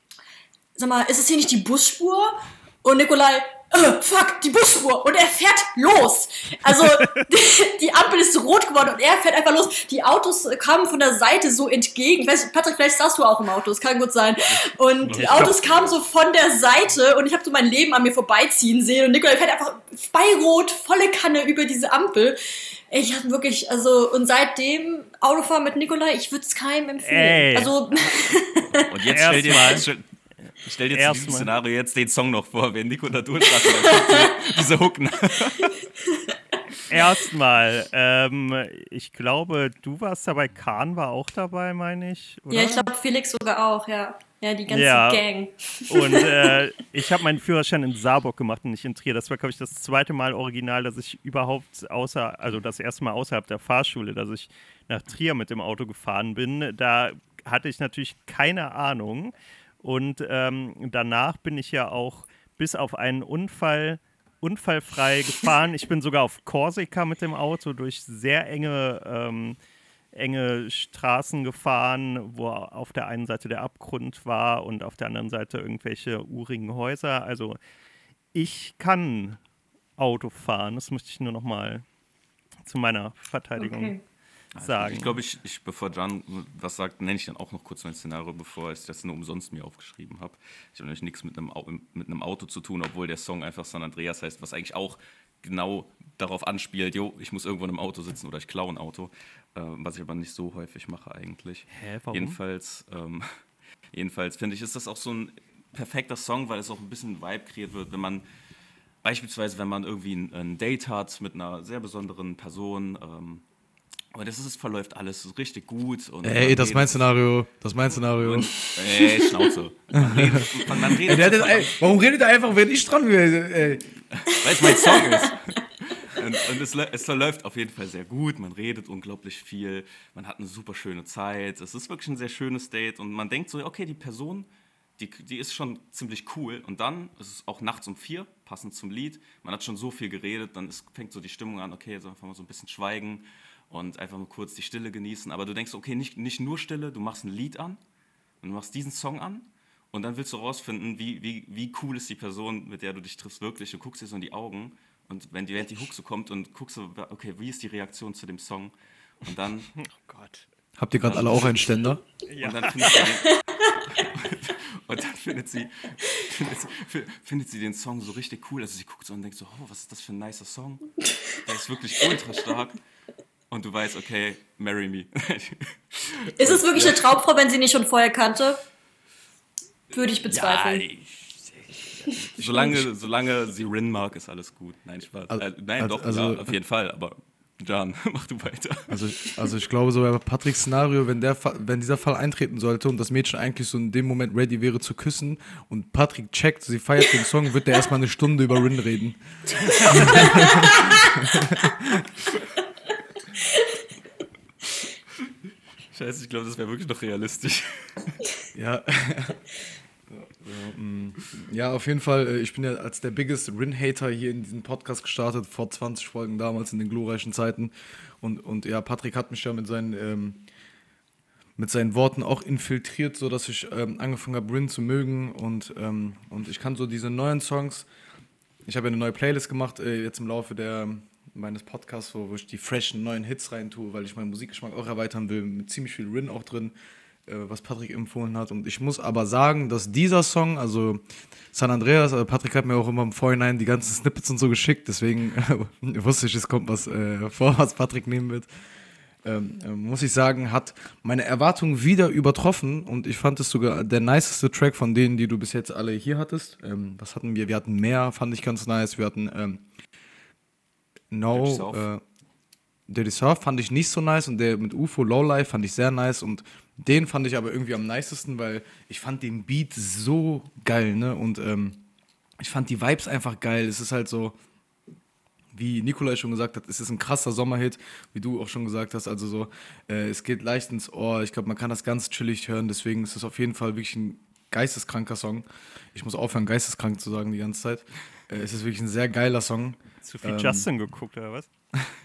sag mal, ist es hier nicht die Busspur? Und Nikolai, äh, fuck, die Busspur. Und er fährt los. Also, die, die Ampel ist rot geworden und er fährt einfach los. Die Autos kamen von der Seite so entgegen. Ich weiß nicht, Patrick, vielleicht saßt du auch im Auto, das kann gut sein. Und die Autos kamen so von der Seite und ich habe so mein Leben an mir vorbeiziehen sehen und Nikolai fährt einfach bei Rot, volle Kanne über diese Ampel. Ich hatte wirklich, also, und seitdem Autofahren mit Nikolai, ich würde es keinem empfehlen. Ey. Also, Und jetzt stell dir, Erstmal. jetzt stell, stell dir zu Erstmal. diesem Szenario jetzt den Song noch vor, wenn Nico da durchstartet, dann kommt diese Hook. Erstmal, ähm, ich glaube, du warst dabei, Kahn war auch dabei, meine ich, oder? ja, ich glaube, Felix sogar auch, ja. Ja, die ganze Ja. Gang. Und äh, ich habe meinen Führerschein in Saarburg gemacht und nicht in Trier. Das war, glaube ich, das zweite Mal original, dass ich überhaupt außer, also das erste Mal außerhalb der Fahrschule, dass ich nach Trier mit dem Auto gefahren bin. Da hatte ich natürlich keine Ahnung. Und ähm, danach bin ich ja auch bis auf einen Unfall unfallfrei gefahren. Ich bin sogar auf Korsika mit dem Auto durch sehr enge ähm, enge Straßen gefahren, wo auf der einen Seite der Abgrund war und auf der anderen Seite irgendwelche urigen Häuser. Also ich kann Auto fahren, das möchte ich nur noch mal zu meiner Verteidigung Okay. sagen. Ich glaube, ich, ich, bevor Can was sagt, nenne ich dann auch noch kurz mein Szenario, bevor ich das nur umsonst mir aufgeschrieben habe. Ich habe nämlich nichts mit einem, Au- mit einem Auto zu tun, obwohl der Song einfach San Andreas heißt, was eigentlich auch genau darauf anspielt, jo, ich muss irgendwo in einem Auto sitzen oder ich klaue ein Auto, äh, was ich aber nicht so häufig mache eigentlich. Hä, warum? Jedenfalls, ähm, jedenfalls finde ich, ist das auch so ein perfekter Song, weil es auch ein bisschen Vibe kreiert wird, wenn man beispielsweise, wenn man irgendwie ein, ein Date hat mit einer sehr besonderen Person, ähm, aber das ist, es verläuft alles richtig gut. Und Ey, man das ist mein redet- Szenario. Das ist mein Szenario. Und, ey, Schnauze. Man redet, man, man redet Ey, der, so der, ey, warum redet er einfach, wenn ich dran will? Ey. weil es mein Song ist. und, und es, es läuft auf jeden Fall sehr gut, man redet unglaublich viel, man hat eine super schöne Zeit, es ist wirklich ein sehr schönes Date und man denkt so, okay, die Person, die, die ist schon ziemlich cool und dann ist es auch nachts um vier, passend zum Lied, man hat schon so viel geredet, dann ist, fängt so die Stimmung an, okay, jetzt einfach mal so ein bisschen schweigen und einfach nur kurz die Stille genießen, aber du denkst, okay, nicht, nicht nur Stille, du machst ein Lied an und du machst diesen Song an und dann willst du rausfinden, wie, wie, wie cool ist die Person, mit der du dich triffst wirklich, du guckst dir so in die Augen und wenn die, während die Hook so kommt und guckst so, okay, wie ist die Reaktion zu dem Song und dann... Oh Gott. Habt ihr gerade alle auch einen Ständer? Ja. Und dann findet sie den, und dann findet sie, findet, sie, findet sie den Song so richtig cool, also sie guckt so und denkt so, oh, was ist das für ein nicer Song, der ist wirklich ultra stark. Und du weißt, okay, marry me. Ist es wirklich eine Traumfrau, wenn sie nicht schon vorher kannte? Würde ich bezweifeln. Ja, ich, solange, solange sie Rin mag, ist alles gut. Nein, Spaß. Äh, nein, also, doch, also, ja, auf jeden Fall. Aber Jan, mach du weiter. Also, also ich glaube, so bei Patricks Szenario, wenn, der, wenn dieser Fall eintreten sollte und das Mädchen eigentlich so in dem Moment ready wäre zu küssen und Patrick checkt, sie feiert den Song, wird der erstmal eine Stunde über Rin reden. Scheiße, ich glaube, das wäre wirklich noch realistisch. Ja. Ja, auf jeden Fall. Ich bin ja als der biggest Rin-Hater hier in diesem Podcast gestartet, vor zwanzig Folgen damals in den glorreichen Zeiten. Und, und ja, Patrick hat mich ja mit seinen, ähm, mit seinen Worten auch infiltriert, sodass ich ähm, angefangen habe, Rin zu mögen. Und, ähm, und ich kann so diese neuen Songs, ich habe ja eine neue Playlist gemacht, äh, jetzt im Laufe der... meines Podcasts, wo ich die freshen neuen Hits rein tue, weil ich meinen Musikgeschmack auch erweitern will, mit ziemlich viel Rin auch drin, äh, was Patrick empfohlen hat. Und ich muss aber sagen, dass dieser Song, also San Andreas, also Patrick hat mir auch immer im Vorhinein die ganzen Snippets und so geschickt, deswegen äh, wusste ich, es kommt was äh, vor, was Patrick nehmen wird. Ähm, äh, muss ich sagen, hat meine Erwartungen wieder übertroffen und ich fand es sogar der niceste Track von denen, die du bis jetzt alle hier hattest. Ähm, was hatten wir? Wir hatten mehr, fand ich ganz nice. Wir hatten ähm, No, äh, Dirty Surf fand ich nicht so nice und der mit U F O Lowlife fand ich sehr nice und den fand ich aber irgendwie am nicesten, weil ich fand den Beat so geil, ne, und ähm, ich fand die Vibes einfach geil. Es ist halt so, wie Nikolai schon gesagt hat, es ist ein krasser Sommerhit, wie du auch schon gesagt hast, also so, äh, es geht leicht ins Ohr, ich glaube, man kann das ganz chillig hören, deswegen ist es auf jeden Fall wirklich ein geisteskranker Song. Ich muss aufhören, geisteskrank zu sagen die ganze Zeit. Äh, es ist wirklich ein sehr geiler Song. Zu viel Ähm, Justin geguckt, oder was?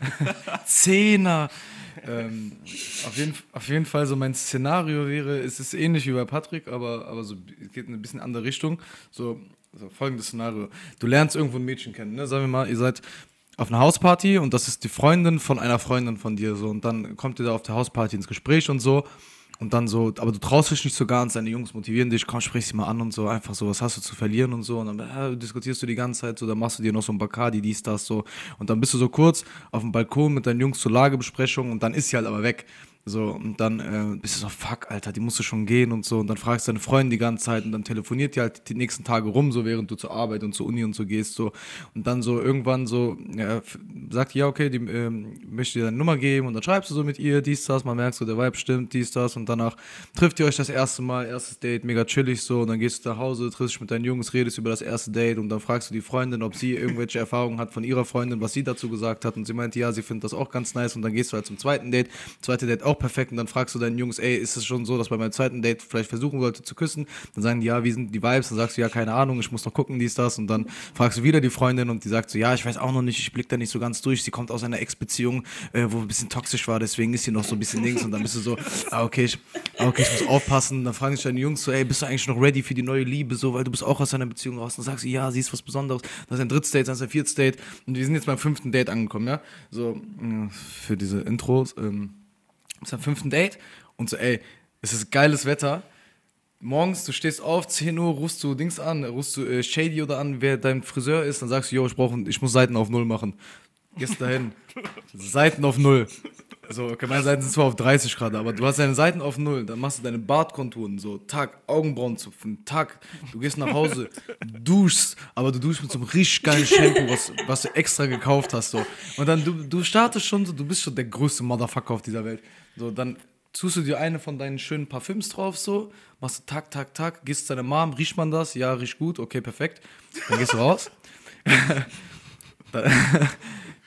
Zehner! ähm, auf, jeden, auf jeden Fall so mein Szenario wäre, es ist ähnlich wie bei Patrick, aber, aber so, es geht in eine bisschen andere Richtung. So, so folgendes Szenario. Du lernst irgendwo ein Mädchen kennen, ne? Sagen wir mal, ihr seid auf einer Hausparty und das ist die Freundin von einer Freundin von dir, so, und dann kommt ihr da auf der Hausparty ins Gespräch und so. Und dann so, aber du traust dich nicht so ganz, deine Jungs motivieren dich, komm, sprich sie mal an und so, einfach so, was hast du zu verlieren und so. Und dann äh, diskutierst du die ganze Zeit so, dann machst du dir noch so ein Bacardi, dies, das, so. Und dann bist du so kurz auf dem Balkon mit deinen Jungs zur Lagebesprechung und dann ist sie halt aber weg. So, und dann äh, bist du so, fuck, Alter, die musst du schon gehen und so. Und dann fragst du deine Freundin die ganze Zeit und dann telefoniert die halt die nächsten Tage rum, so während du zur Arbeit und zur Uni und so gehst. So. Und dann so irgendwann so, ja, sagt die, ja, okay, die ähm, möchte dir deine Nummer geben und dann schreibst du so mit ihr, dies, das, man merkt so, der Vibe stimmt, dies, das. Und danach trifft ihr euch das erste Mal, erstes Date, mega chillig so. Und dann gehst du nach Hause, triffst dich mit deinen Jungs, redest über das erste Date und dann fragst du die Freundin, ob sie irgendwelche Erfahrungen hat von ihrer Freundin, was sie dazu gesagt hat. Und sie meinte, ja, sie findet das auch ganz nice. Und dann gehst du halt zum zweiten Date, zweite Date auch perfekt und dann fragst du deinen Jungs, ey, ist es schon so, dass bei meinem zweiten Date vielleicht versuchen wollte zu küssen? Dann sagen die, ja, wie sind die Vibes? Dann sagst du, ja, keine Ahnung, ich muss noch gucken, dies, das. Und dann fragst du wieder die Freundin und die sagt so, ja, ich weiß auch noch nicht, ich blick da nicht so ganz durch. Sie kommt aus einer Ex-Beziehung, äh, wo ein bisschen toxisch war, deswegen ist sie noch so ein bisschen links. Und dann bist du so, ah, okay, ich, ah, okay, ich muss aufpassen. Dann fragen sich deine Jungs so, ey, bist du eigentlich noch ready für die neue Liebe? So, weil du bist auch aus einer Beziehung raus. Dann sagst du, ja, sie ist was Besonderes. Das ist ein drittes Date, das ist ein viertes Date. Und wir sind jetzt beim fünften Date angekommen, ja. So, für diese Intros. Ähm, das ist am fünften Date. Und so, ey, es ist geiles Wetter. Morgens, du stehst auf, zehn Uhr, rufst du Dings an, rufst du äh, Shady oder an, wer dein Friseur ist, dann sagst du, yo, ich, brauch, ich muss Seiten auf Null machen. Gehst dahin, Seiten auf Null. Also, okay, meine Seiten sind zwar auf dreißig Grad, aber du hast deine Seiten auf Null, dann machst du deine Bartkonturen, so, Tag, Augenbrauen zupfen, Tag, du gehst nach Hause, duschst, aber du duschst mit so einem richtig geilen Shampoo, was, was du extra gekauft hast, so. Und dann, du, du startest schon so, du bist schon der größte Motherfucker auf dieser Welt. So, dann tust du dir eine von deinen schönen Parfüms drauf, so, machst du tak, tak, tak, gehst zu deiner Mom, riecht man das? Ja, riecht gut, okay, perfekt. Dann gehst du raus. dann,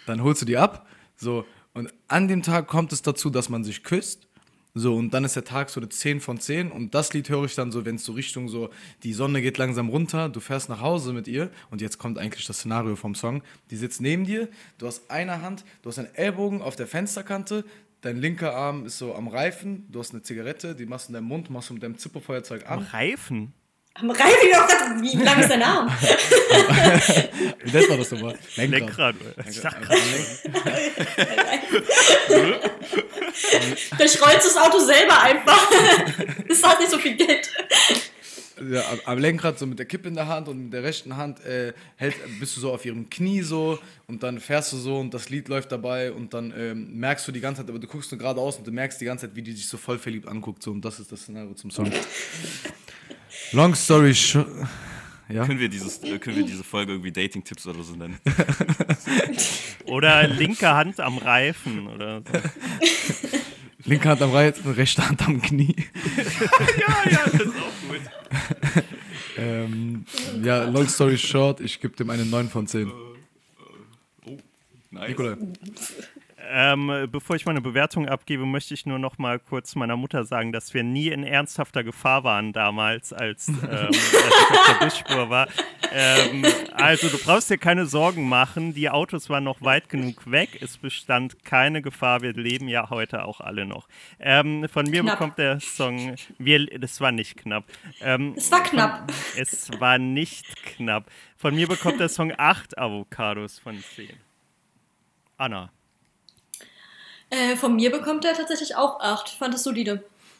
dann holst du die ab, so, und an dem Tag kommt es dazu, dass man sich küsst, so, und dann ist der Tag so eine zehn von zehn und das Lied höre ich dann so, wenn es so Richtung so, die Sonne geht langsam runter, du fährst nach Hause mit ihr und jetzt kommt eigentlich das Szenario vom Song, die sitzt neben dir, du hast eine Hand, du hast einen Ellbogen auf der Fensterkante, dein linker Arm ist so am Reifen, du hast eine Zigarette, die machst du in deinem Mund, machst du mit deinem Zipperfeuerzeug Am an. Reifen? Am Reifen auch grad, wie lang ist dein Arm? Wie nennt man das nochmal? Lenkrad. Ich dachte Dann schreut das Auto selber einfach. Das hat nicht so viel Geld. Ja, am- am Lenkrad so mit der Kippe in der Hand und mit der rechten Hand äh, hält, bist du so auf ihrem Knie so und dann fährst du so und das Lied läuft dabei und dann ähm, merkst du die ganze Zeit, aber du guckst nur geradeaus und du merkst die ganze Zeit, wie die sich so voll verliebt anguckt so und das ist das Szenario zum Song. Long story short, ja? Können wir, dieses, äh, können wir diese Folge irgendwie Dating-Tipps oder so nennen? Oder linke Hand am Reifen oder so. Linke Hand am Reifen, rechte Hand am Knie. ja, ja, das ist auch gut. ähm, ja, long story short, ich gebe dem eine neun von zehn. Oh, nice. Nikolai. Ähm, bevor ich meine Bewertung abgebe, möchte ich nur noch mal kurz meiner Mutter sagen, dass wir nie in ernsthafter Gefahr waren damals, als, ähm, als ich auf der Busspur war. Ähm, also du brauchst dir keine Sorgen machen, die Autos waren noch weit genug weg, es bestand keine Gefahr, wir leben ja heute auch alle noch. Ähm, von mir Knapp. bekommt der Song, wir, das war nicht knapp. Ähm, Es war knapp. Von, es war nicht knapp. Von mir bekommt der Song acht Avocados von zehn. Anna. Äh, von mir bekommt er tatsächlich auch acht. Fand es solide.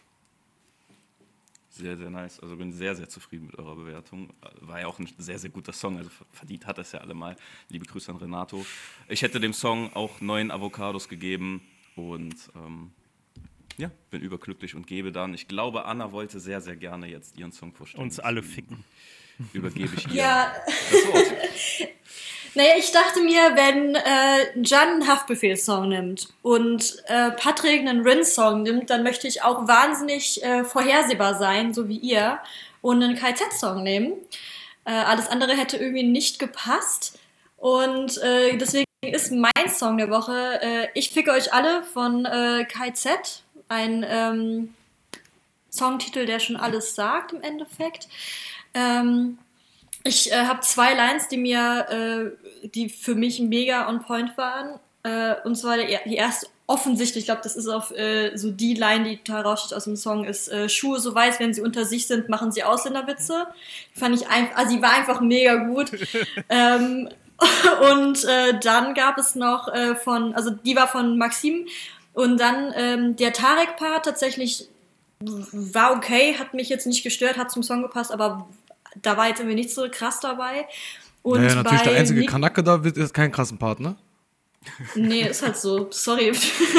Sehr, sehr nice. Also bin sehr, sehr zufrieden mit eurer Bewertung. War ja auch ein sehr, sehr guter Song. Also verdient hat es ja alle mal. Liebe Grüße an Renato. Ich hätte dem Song auch neun Avocados gegeben und ähm, ja, bin überglücklich und gebe dann. Ich glaube, Anna wollte sehr, sehr gerne jetzt ihren Song vorstellen. Uns alle Deswegen ficken. Übergebe ich ihr Ja, das Wort. naja, ich dachte mir, wenn äh, Jan einen Haftbefehl-Song nimmt und äh, Patrick einen Rin-Song nimmt, dann möchte ich auch wahnsinnig äh, vorhersehbar sein, so wie ihr, und einen K Z-Song nehmen. Äh, alles andere hätte irgendwie nicht gepasst. Und äh, deswegen ist mein Song der Woche äh, Ich ficke euch alle von äh, K Z. Ein ähm, Songtitel, der schon alles sagt im Endeffekt. Ähm, ich äh, habe zwei Lines, die mir, äh, die für mich mega on point waren. Äh, und zwar der, die erste, offensichtlich, ich glaube, das ist auch äh, so die Line, die total raussteht aus dem Song, ist äh, Schuhe so weiß, wenn sie unter sich sind, machen sie Ausländerwitze. Die fand ich einfach, also die war einfach mega gut. ähm, und äh, dann gab es noch äh, von, also die war von Maxim und dann ähm, der Tarek-Part tatsächlich war okay, hat mich jetzt nicht gestört, hat zum Song gepasst, aber da war jetzt irgendwie nicht so krass dabei. Und Naja, natürlich bei der einzige Nick- Kanake da wird ist kein krassen Partner. Nee, ist halt so. Sorry.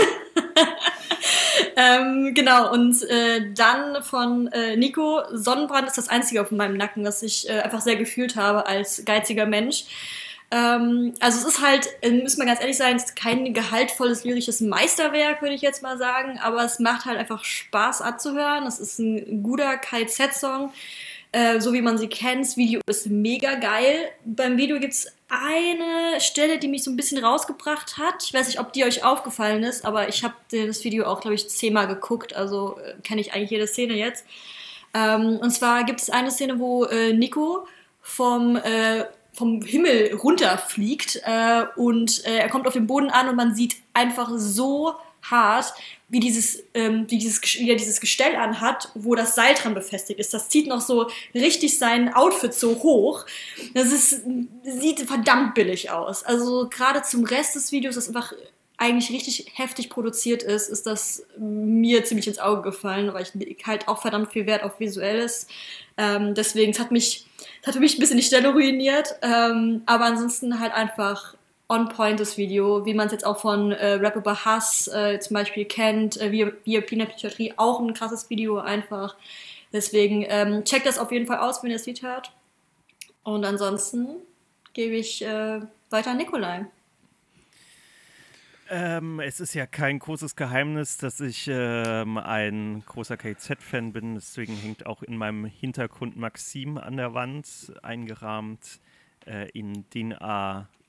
ähm, genau, und äh, dann von äh, Nico, Sonnenbrand ist das Einzige auf meinem Nacken, was ich äh, einfach sehr gefühlt habe als geiziger Mensch. Ähm, also es ist halt, äh, müssen wir ganz ehrlich sein, es ist kein gehaltvolles lyrisches Meisterwerk, würde ich jetzt mal sagen, aber es macht halt einfach Spaß anzuhören. Es ist ein guter K Z-Song, äh, so wie man sie kennt. Das Video ist mega geil. Beim Video gibt es eine Stelle, die mich so ein bisschen rausgebracht hat. Ich weiß nicht, ob die euch aufgefallen ist, aber ich habe das Video auch, glaube ich, zehnmal geguckt, also äh, kenne ich eigentlich jede Szene jetzt. Ähm, und zwar gibt es eine Szene, wo äh, Nico vom, äh, vom Himmel runterfliegt äh, und äh, er kommt auf den Boden an und man sieht einfach so hart, wie dieses, ähm, wie dieses, wie er dieses Gestell anhat, wo das Seil dran befestigt ist. Das zieht noch so richtig sein Outfit so hoch. Das ist, sieht verdammt billig aus. Also gerade zum Rest des Videos, das einfach eigentlich richtig heftig produziert ist, ist das mir ziemlich ins Auge gefallen, weil ich halt auch verdammt viel Wert auf Visuelles. Ähm, deswegen, es hat mich, es hat für mich ein bisschen die Stelle ruiniert, ähm, aber ansonsten halt einfach on point das Video, wie man es jetzt auch von äh, Rap über Hass äh, zum Beispiel kennt, äh, wie, wie Peanut Psychiatrie, auch ein krasses Video einfach. Deswegen ähm, checkt das auf jeden Fall aus, wenn ihr das Lied hört. Und ansonsten gebe ich äh, weiter an Nikolai. Ähm, es ist ja kein großes Geheimnis, dass ich ähm, ein großer K Z-Fan bin. Deswegen hängt auch in meinem Hintergrund Maxim an der Wand, eingerahmt äh, in D I N A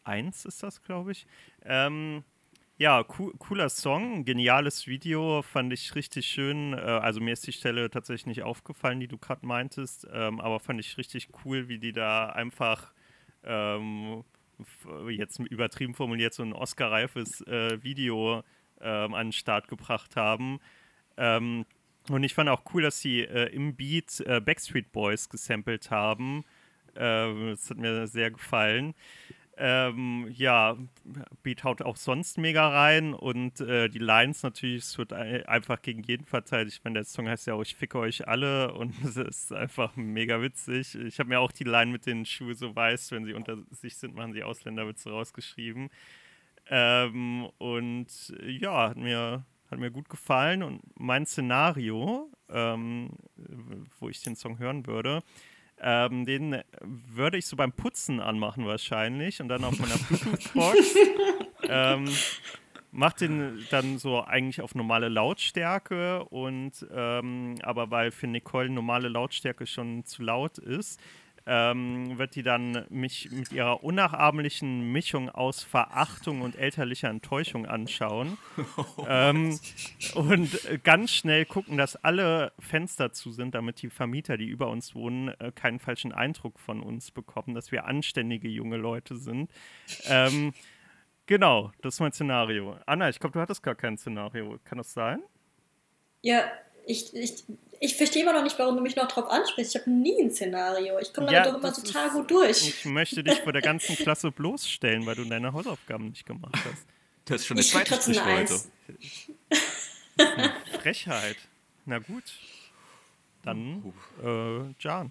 eins ist das, glaube ich. Ähm, ja, co- cooler Song, geniales Video, fand ich richtig schön. Äh, also mir ist die Stelle tatsächlich nicht aufgefallen, die du gerade meintest, ähm, aber fand ich richtig cool, wie die da einfach ähm, f- jetzt übertrieben formuliert so ein Oscar-reifes äh, Video ähm, an den Start gebracht haben. Ähm, und ich fand auch cool, dass sie äh, im Beat äh, Backstreet Boys gesampelt haben. Ähm, das hat mir sehr gefallen. Ähm, ja, Beat haut auch sonst mega rein und äh, die Lines natürlich, es wird ein- einfach gegen jeden verteilt. Ich meine, der Song heißt ja auch, ich ficke euch alle und es ist einfach mega witzig. Ich habe mir auch die Line mit den Schuhen so weiß, wenn sie unter sich sind, machen sie Ausländerwitze rausgeschrieben. Ähm, und äh, ja, hat mir, hat mir gut gefallen und mein Szenario, ähm, wo ich den Song hören würde, ähm, den würde ich so beim Putzen anmachen wahrscheinlich und dann auf meiner Bluetooth-Box. ähm, Mach den dann so eigentlich auf normale Lautstärke und ähm, aber weil für Nicole normale Lautstärke schon zu laut ist, ähm, wird die dann mich mit ihrer unnachahmlichen Mischung aus Verachtung und elterlicher Enttäuschung anschauen. ähm, und äh, ganz schnell gucken, dass alle Fenster zu sind, damit die Vermieter, die über uns wohnen, äh, keinen falschen Eindruck von uns bekommen, dass wir anständige junge Leute sind. Ähm, genau, das ist mein Szenario. Anna, ich glaube, du hattest gar kein Szenario. Kann das sein? Ja, ich, ich, ich verstehe immer noch nicht, warum du mich noch drauf ansprichst. Ich habe nie ein Szenario. Ich komme damit Ja, doch immer das total ist- gut durch. Ich möchte dich vor der ganzen Klasse bloßstellen, weil du deine Hausaufgaben nicht gemacht hast. Das ist schon der Ich krieg zweite trotzdem Strich eine für heute. Eins. Frechheit. Na gut. Dann, äh, Jan.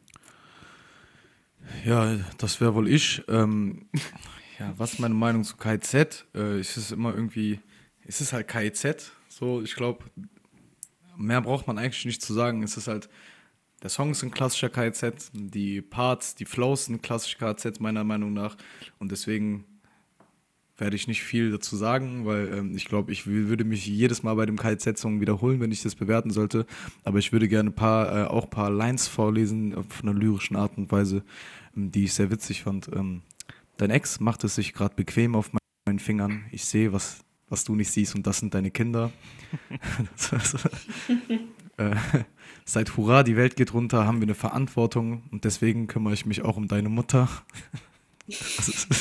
Ja, das wäre wohl ich. Ähm, ja, was ist meine Meinung zu K I Z? Äh, es ist immer irgendwie, es ist halt K I Z. So, ich glaube, mehr braucht man eigentlich nicht zu sagen. Es ist halt, der Song ist ein klassischer K I Z, die Parts, die Flows sind klassische K I Z meiner Meinung nach. Und deswegen werde ich nicht viel dazu sagen, weil ähm, ich glaube, ich w- würde mich jedes Mal bei dem K I Z-Song wiederholen, wenn ich das bewerten sollte. Aber ich würde gerne ein paar, äh, auch ein paar Lines vorlesen, auf einer lyrischen Art und Weise, ähm, die ich sehr witzig fand. Ähm, Dein Ex macht es sich gerade bequem auf meinen Fingern. Ich sehe, was, was du nicht siehst, und das sind deine Kinder. Das war so, äh, seit Hurra, die Welt geht runter, haben wir eine Verantwortung, und deswegen kümmere ich mich auch um deine Mutter. Das ist,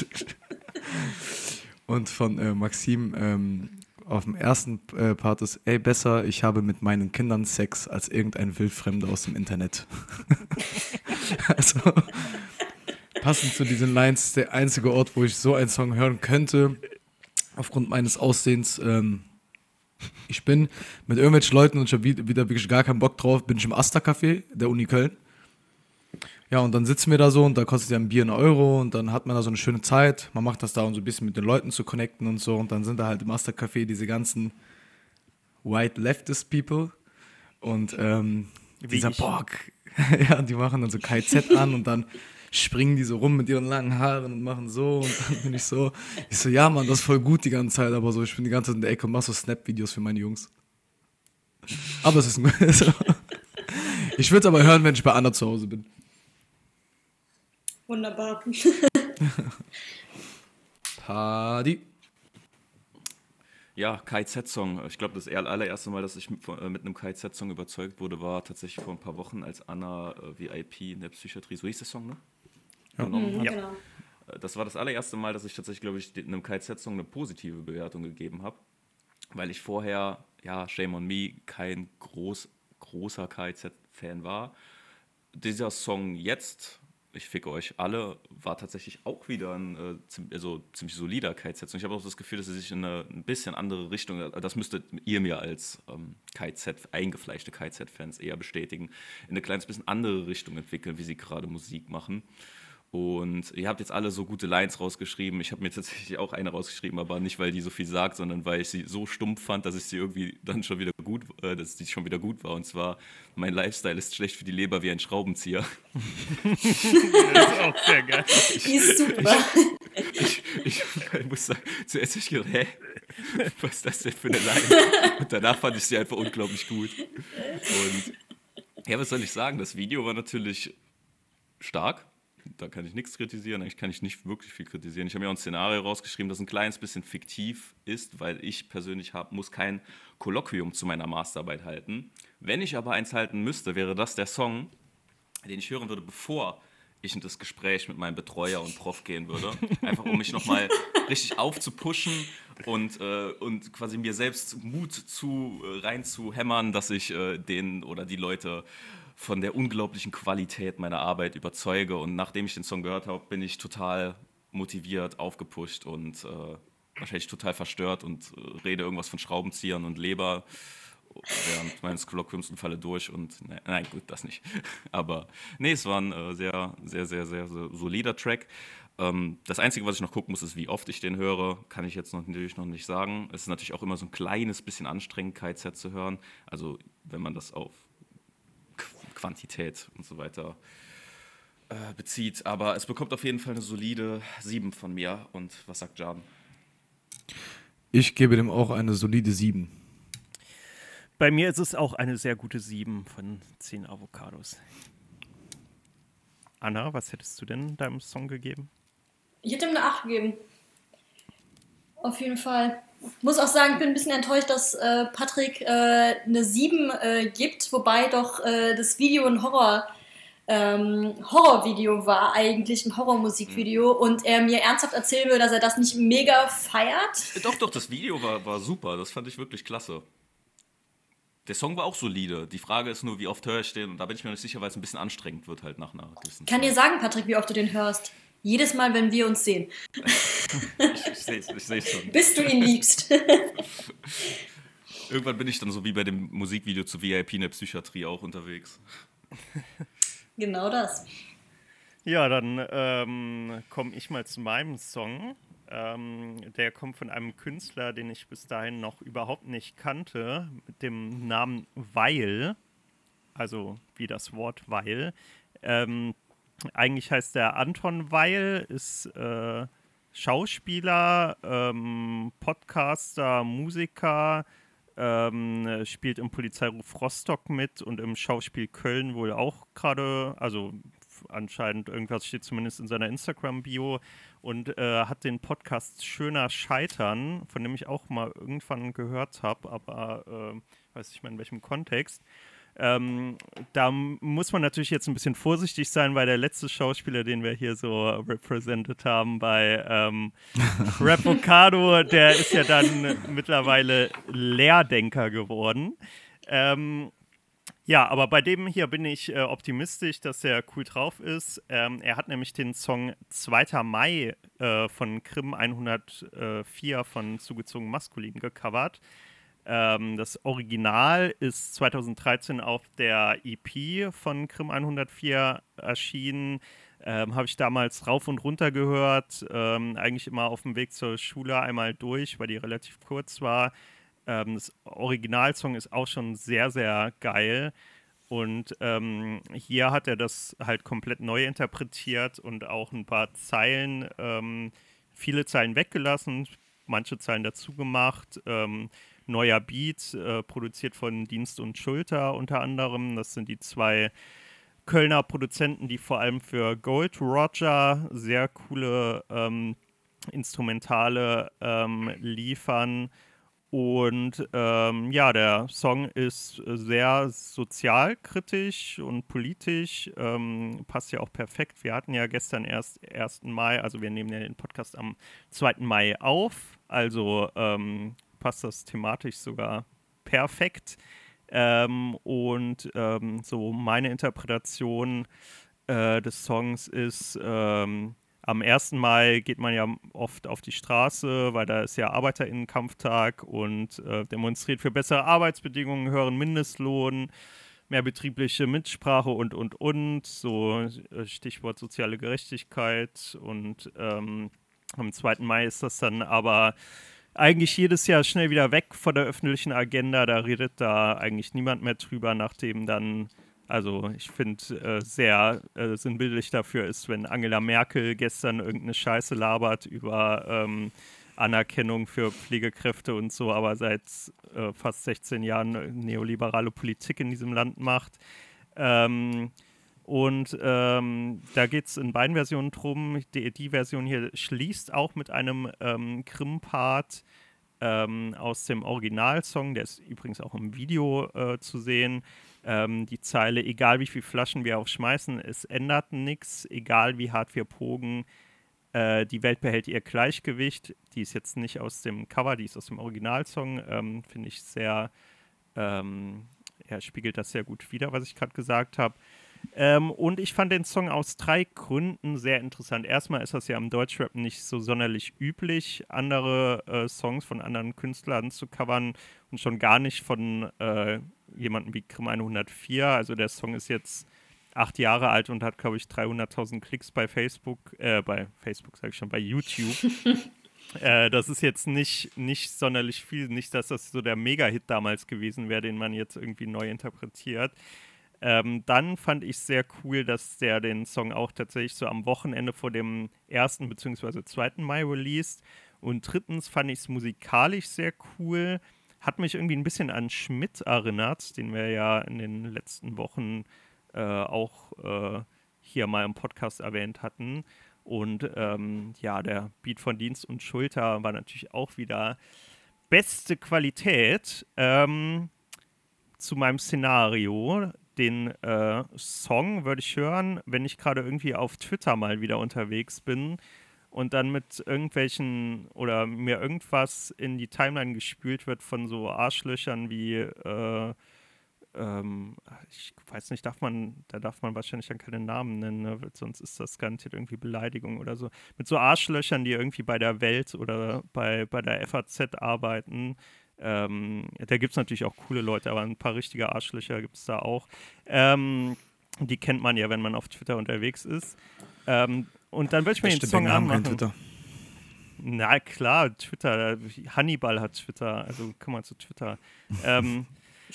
und von äh, Maxim ähm, auf dem ersten äh, Part ist, ey, besser, ich habe mit meinen Kindern Sex als irgendein Wildfremder aus dem Internet. Also, passend zu diesen Lines, der einzige Ort, wo ich so einen Song hören könnte, aufgrund meines Aussehens. Ähm, ich bin mit irgendwelchen Leuten, und ich habe wieder, wieder wirklich gar keinen Bock drauf, bin ich im Asta-Café der Uni Köln. Ja, und dann sitzen wir da so, und da kostet ja ein Bier einen Euro, und dann hat man da so eine schöne Zeit. Man macht das da, um so ein bisschen mit den Leuten zu connecten und so, und dann sind da halt im Asta-Café diese ganzen White Leftist People, und ähm, Wie dieser ich. Bock, ja, die machen dann so K I Z an, und dann springen die so rum mit ihren langen Haaren und machen so, und dann bin ich so, ich so, ja Mann, das ist voll gut die ganze Zeit, aber so, ich bin die ganze Zeit in der Ecke und mach so Snap-Videos für meine Jungs. Aber es ist ein so. Ich würde es aber hören, wenn ich bei Anna zu Hause bin. Wunderbar. Party. Ja, K I Z-Song. Ich glaube, das allererste Mal, dass ich mit, äh, mit einem K I Z-Song überzeugt wurde, war tatsächlich vor ein paar Wochen, als Anna äh, V I P in der Psychiatrie, so hieß der Song, ne? Ja. Genommen Mhm, hat. Ja. Genau. Äh, Das war das allererste Mal, dass ich tatsächlich, glaube ich, einem K I Z-Song eine positive Bewertung gegeben habe, weil ich vorher, ja, shame on me, kein groß, großer K I Z-Fan war. Dieser Song jetzt, ich ficke euch alle, war tatsächlich auch wieder ein äh, ziem- also ziemlich solider K I Z-Song. Ich habe auch das Gefühl, dass er sich in eine ein bisschen andere Richtung, äh, das müsstet ihr mir als ähm, K I Z, eingefleischte K I Z-Fans eher bestätigen, in eine kleines bisschen andere Richtung entwickeln, wie sie gerade Musik machen. Und ihr habt jetzt alle so gute Lines rausgeschrieben. Ich habe mir tatsächlich auch eine rausgeschrieben, aber nicht, weil die so viel sagt, sondern weil ich sie so stumpf fand, dass ich sie irgendwie dann schon wieder gut, äh, dass die schon wieder gut war. Und zwar, mein Lifestyle ist schlecht für die Leber wie ein Schraubenzieher. Das ist auch sehr geil. Die ist super. Ich, ich, ich muss sagen, zuerst habe ich gedacht, hä, was ist das denn für eine Line? Und danach fand ich sie einfach unglaublich gut. Und ja, was soll ich sagen? Das Video war natürlich stark. da kann ich nichts kritisieren. Eigentlich kann ich nicht wirklich viel kritisieren. Ich habe mir auch ein Szenario rausgeschrieben, das ein kleines bisschen fiktiv ist, weil ich persönlich hab, muss kein Kolloquium zu meiner Masterarbeit halten. Wenn ich aber eins halten müsste, wäre das der Song, den ich hören würde, bevor ich in das Gespräch mit meinem Betreuer und Prof gehen würde. Einfach um mich nochmal richtig aufzupushen und, äh, und quasi mir selbst Mut zu, äh, reinzuhämmern, dass ich äh, den oder die Leute von der unglaublichen Qualität meiner Arbeit überzeuge. Und nachdem ich den Song gehört habe, bin ich total motiviert, aufgepusht und äh, wahrscheinlich total verstört und äh, rede irgendwas von Schraubenziehern und Leber während meines Kolloquiums und falle durch. Und ne, nein, gut, das nicht. Aber nee, es war ein äh, sehr, sehr, sehr, sehr, sehr solider Track. Ähm, das Einzige, was ich noch gucken muss, ist, wie oft ich den höre. Kann ich jetzt noch, natürlich noch nicht sagen. Es ist natürlich auch immer so ein kleines bisschen anstrengend, K I Z zu hören. Also wenn man das auf Quantität und so weiter äh, bezieht. Aber es bekommt auf jeden Fall eine solide sieben von mir. Und was sagt Can? Ich gebe dem auch eine solide sieben. Bei mir ist es auch eine sehr gute sieben von zehn Avocados. Anna, was hättest du denn deinem Song gegeben? Ich hätte ihm eine acht gegeben. Auf jeden Fall. Ich muss auch sagen, ich bin ein bisschen enttäuscht, dass äh, Patrick äh, eine sieben äh, gibt, wobei doch äh, das Video ein Horror, ähm, Horrorvideo war, eigentlich ein Horrormusikvideo, mhm. und er mir ernsthaft erzählen will, dass er das nicht mega feiert. Doch, doch, das Video war, war super, das fand ich wirklich klasse. Der Song war auch solide. Die Frage ist nur, wie oft höre ich den, und da bin ich mir nicht sicher, weil es ein bisschen anstrengend wird halt nach einer gewissen Zeit. Kann dir sagen, Patrick, wie oft du den hörst? Jedes Mal, wenn wir uns sehen. ich ich sehe es ich seh's schon. Bis du ihn liebst. Irgendwann bin ich dann so wie bei dem Musikvideo zu V I P in der Psychiatrie auch unterwegs. Genau das. Ja, dann ähm, komme ich mal zu meinem Song. Ähm, der kommt von einem Künstler, den ich bis dahin noch überhaupt nicht kannte, mit dem Namen Weil. Also wie das Wort Weil. Ähm, Eigentlich heißt der Anton Weil, ist äh, Schauspieler, ähm, Podcaster, Musiker, ähm, spielt im Polizeiruf Rostock mit und im Schauspiel Köln wohl auch gerade, also anscheinend irgendwas steht zumindest in seiner Instagram-Bio, und äh, hat den Podcast Schöner Scheitern, von dem ich auch mal irgendwann gehört habe, aber äh, weiß nicht mehr in welchem Kontext. Ähm, da muss man natürlich jetzt ein bisschen vorsichtig sein, weil der letzte Schauspieler, den wir hier so represented haben bei ähm, Rapvocado, der ist ja dann mittlerweile Lehrdenker geworden. Ähm, ja, aber bei dem hier bin ich äh, optimistisch, dass er cool drauf ist. Ähm, er hat nämlich den Song zweiter Mai äh, von Krim hundertvier von Zugezogen Maskulin gecovert. Das Original ist zweitausenddreizehn auf der E P von Krim hundertvier erschienen. Ähm, habe ich damals rauf und runter gehört. Ähm, eigentlich immer auf dem Weg zur Schule einmal durch, weil die relativ kurz war. Ähm, das Originalsong ist auch schon sehr, sehr geil. Und ähm, hier hat er das halt komplett neu interpretiert und auch ein paar Zeilen, ähm, viele Zeilen weggelassen, manche Zeilen dazu gemacht. Ähm, Neuer Beat, äh, produziert von Dienst und Schulter unter anderem. Das sind die zwei Kölner Produzenten, die vor allem für Gold Roger sehr coole ähm, Instrumentale ähm, liefern. Und ähm, ja, der Song ist sehr sozialkritisch und politisch, ähm, passt ja auch perfekt. Wir hatten ja gestern erst ersten Mai, also wir nehmen ja den Podcast am zweiten Mai auf, also ähm, passt das thematisch sogar perfekt. Ähm, und ähm, so meine Interpretation äh, des Songs ist, ähm, am ersten Mai geht man ja oft auf die Straße, weil da ist ja ArbeiterInnenkampftag und äh, demonstriert für bessere Arbeitsbedingungen, höheren Mindestlohn, mehr betriebliche Mitsprache und, und, und. So äh, Stichwort soziale Gerechtigkeit. Und ähm, am zweiten Mai ist das dann aber eigentlich jedes Jahr schnell wieder weg von der öffentlichen Agenda. Da redet da eigentlich niemand mehr drüber, nachdem dann, also ich finde, äh, sehr äh, sinnbildlich dafür ist, wenn Angela Merkel gestern irgendeine Scheiße labert über ähm, Anerkennung für Pflegekräfte und so, aber seit äh, fast sechzehn Jahren neoliberale Politik in diesem Land macht. Ähm, Und ähm, da geht es in beiden Versionen drum. Die, die Version hier schließt auch mit einem ähm, Grimm-Part ähm, aus dem Originalsong, der ist übrigens auch im Video äh, zu sehen. Ähm, die Zeile, egal wie viele Flaschen wir auch schmeißen, es ändert nichts, egal wie hart wir pogen, äh, die Welt behält ihr Gleichgewicht. Die ist jetzt nicht aus dem Cover, die ist aus dem Originalsong. Ähm, Finde ich sehr, ähm, ja, spiegelt das sehr gut wider, was ich gerade gesagt habe. Ähm, und ich fand den Song aus drei Gründen sehr interessant. Erstmal ist das ja im Deutschrap nicht so sonderlich üblich, andere äh, Songs von anderen Künstlern zu covern und schon gar nicht von äh, jemandem wie Grimm hundertvier. Also der Song ist jetzt acht Jahre alt und hat, glaube ich, dreihunderttausend Klicks bei Facebook, äh, bei Facebook sage ich schon, bei YouTube. äh, das ist jetzt nicht, nicht sonderlich viel, nicht, dass das so der Mega-Hit damals gewesen wäre, den man jetzt irgendwie neu interpretiert. Ähm, dann fand ich sehr cool, dass der den Song auch tatsächlich so am Wochenende vor dem ersten bzw. zweiten Mai released. Und drittens fand ich es musikalisch sehr cool. Hat mich irgendwie ein bisschen an Schmidt erinnert, den wir ja in den letzten Wochen äh, auch äh, hier mal im Podcast erwähnt hatten. Und ähm, ja, der Beat von Dienst und Schulter war natürlich auch wieder beste Qualität. Ähm, zu meinem Szenario. Den äh, Song würde ich hören, wenn ich gerade irgendwie auf Twitter mal wieder unterwegs bin und dann mit irgendwelchen oder mir irgendwas in die Timeline gespült wird von so Arschlöchern wie, äh, ähm, ich weiß nicht, darf man, da darf man wahrscheinlich dann keine Namen nennen, ne? Sonst ist das garantiert irgendwie Beleidigung oder so. Mit so Arschlöchern, die irgendwie bei der Welt oder bei, bei der F A Z arbeiten. Ähm, da gibt es natürlich auch coole Leute, aber ein paar richtige Arschlöcher gibt es da auch. Ähm, die kennt man ja, wenn man auf Twitter unterwegs ist. Ähm, und dann würde ich mir den Song anmachen. Twitter. Na klar, Twitter. Hannibal hat Twitter, also komm mal zu Twitter. ähm,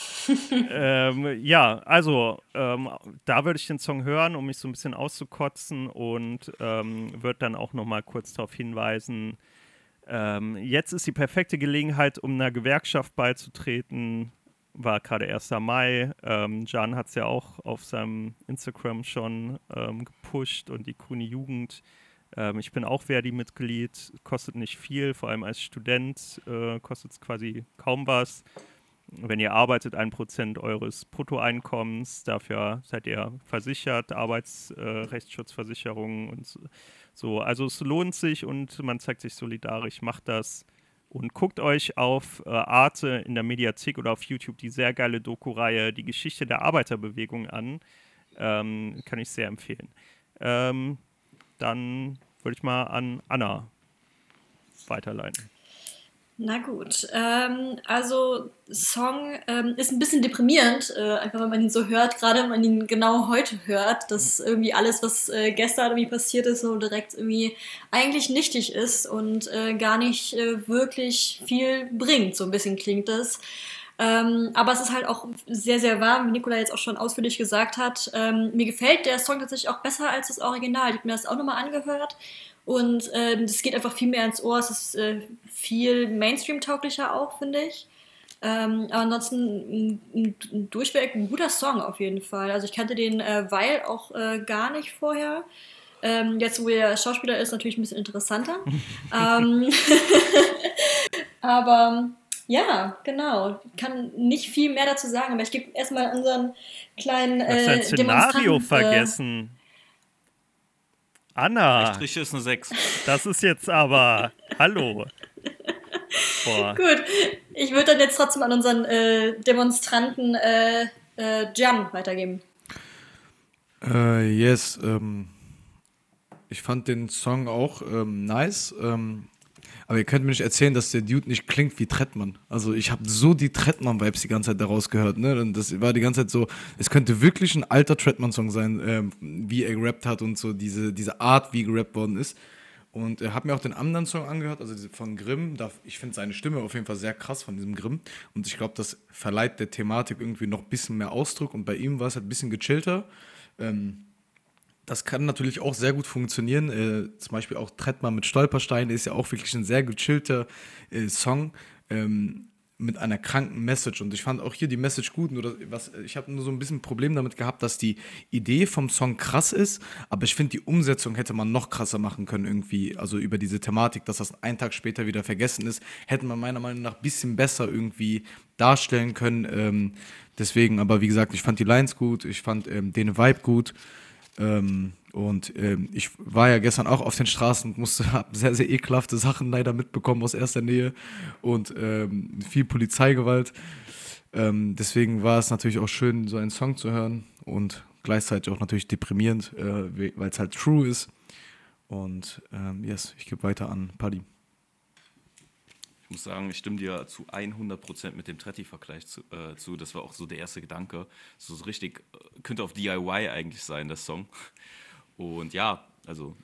ähm, ja, also ähm, da würde ich den Song hören, um mich so ein bisschen auszukotzen und ähm, würde dann auch noch mal kurz darauf hinweisen, Ähm, jetzt ist die perfekte Gelegenheit, um einer Gewerkschaft beizutreten. War gerade erster Mai. Ähm, Jan hat es ja auch auf seinem Instagram schon ähm, gepusht und die Grüne Jugend. Ähm, ich bin auch Verdi-Mitglied. Kostet nicht viel, vor allem als Student äh, kostet es quasi kaum was. Wenn ihr arbeitet, ein Prozent eures Bruttoeinkommens. Dafür seid ihr versichert, Arbeitsrechtsschutzversicherung und so. So, also es lohnt sich und man zeigt sich solidarisch, macht das und guckt euch auf äh, Arte in der Mediathek oder auf YouTube die sehr geile Doku-Reihe Die Geschichte der Arbeiterbewegung an. Ähm, kann ich sehr empfehlen. Ähm, dann würde ich mal an Anna weiterleiten. Na gut, ähm, also Song ähm, ist ein bisschen deprimierend, äh, einfach wenn man ihn so hört, gerade wenn man ihn genau heute hört, dass irgendwie alles, was äh, gestern irgendwie passiert ist, so direkt irgendwie eigentlich nichtig ist und äh, gar nicht äh, wirklich viel bringt, so ein bisschen klingt das. Ähm, aber es ist halt auch sehr, sehr warm, wie Nicola jetzt auch schon ausführlich gesagt hat. Ähm, mir gefällt der Song tatsächlich auch besser als das Original. Ich habe mir das auch nochmal angehört. Und ähm, das geht einfach viel mehr ins Ohr. Es ist äh, viel Mainstream-tauglicher auch, finde ich. Ähm, aber ansonsten ein, ein durchweg ein guter Song auf jeden Fall. Also ich kannte den äh, Weil auch äh, gar nicht vorher. Ähm, jetzt, wo er Schauspieler ist, natürlich ein bisschen interessanter. ähm, aber ja, genau. Ich kann nicht viel mehr dazu sagen, aber ich gebe erstmal unseren kleinen äh, Du hast dein Szenario vergessen. Äh, Anna. Strich ist eine sechs. Das ist jetzt aber. Hallo. Boah. Gut, ich würde dann jetzt trotzdem an unseren äh, Demonstranten äh, äh, Jan weitergeben. Äh, yes, ähm, ich fand den Song auch ähm, nice, ähm, aber ihr könnt mir nicht erzählen, dass der Dude nicht klingt wie Trettmann. Also ich habe so die Trettmann-Vibes die ganze Zeit daraus gehört, ne? Und das war die ganze Zeit so, es könnte wirklich ein alter Trettmann-Song sein, ähm, wie er gerappt hat und so diese, diese Art, wie gerappt worden ist. Und ich äh, habe mir auch den anderen Song angehört, also von Grimm. Da, ich finde seine Stimme auf jeden Fall sehr krass von diesem Grimm. Und ich glaube, das verleiht der Thematik irgendwie noch ein bisschen mehr Ausdruck. Und bei ihm war es halt ein bisschen gechillter. Ähm, das kann natürlich auch sehr gut funktionieren. Äh, zum Beispiel auch Trettmann mit Stolpersteinen ist ja auch wirklich ein sehr gechillter äh, Song. Ähm, mit einer kranken Message. Und ich fand auch hier die Message gut. Nur das, was, ich habe nur so ein bisschen ein Problem damit gehabt, dass die Idee vom Song krass ist, aber ich finde, die Umsetzung hätte man noch krasser machen können irgendwie. Also über diese Thematik, dass das einen Tag später wieder vergessen ist, hätte man meiner Meinung nach ein bisschen besser irgendwie darstellen können. Ähm, deswegen, aber wie gesagt, ich fand die Lines gut, ich fand ähm, den Vibe gut. Ähm, und ähm, ich war ja gestern auch auf den Straßen und musste hab sehr, sehr ekelhafte Sachen leider mitbekommen aus erster Nähe und ähm, viel Polizeigewalt. Ähm, deswegen war es natürlich auch schön, so einen Song zu hören und gleichzeitig auch natürlich deprimierend, äh, weil es halt true ist. Und ähm, yes, ich gebe weiter an Paddy. Ich muss sagen, ich stimme dir zu hundert Prozent mit dem Tretti-Vergleich zu, äh, zu. Das war auch so der erste Gedanke. So, so richtig, äh, könnte auf D I Y eigentlich sein, das Song. Und ja, also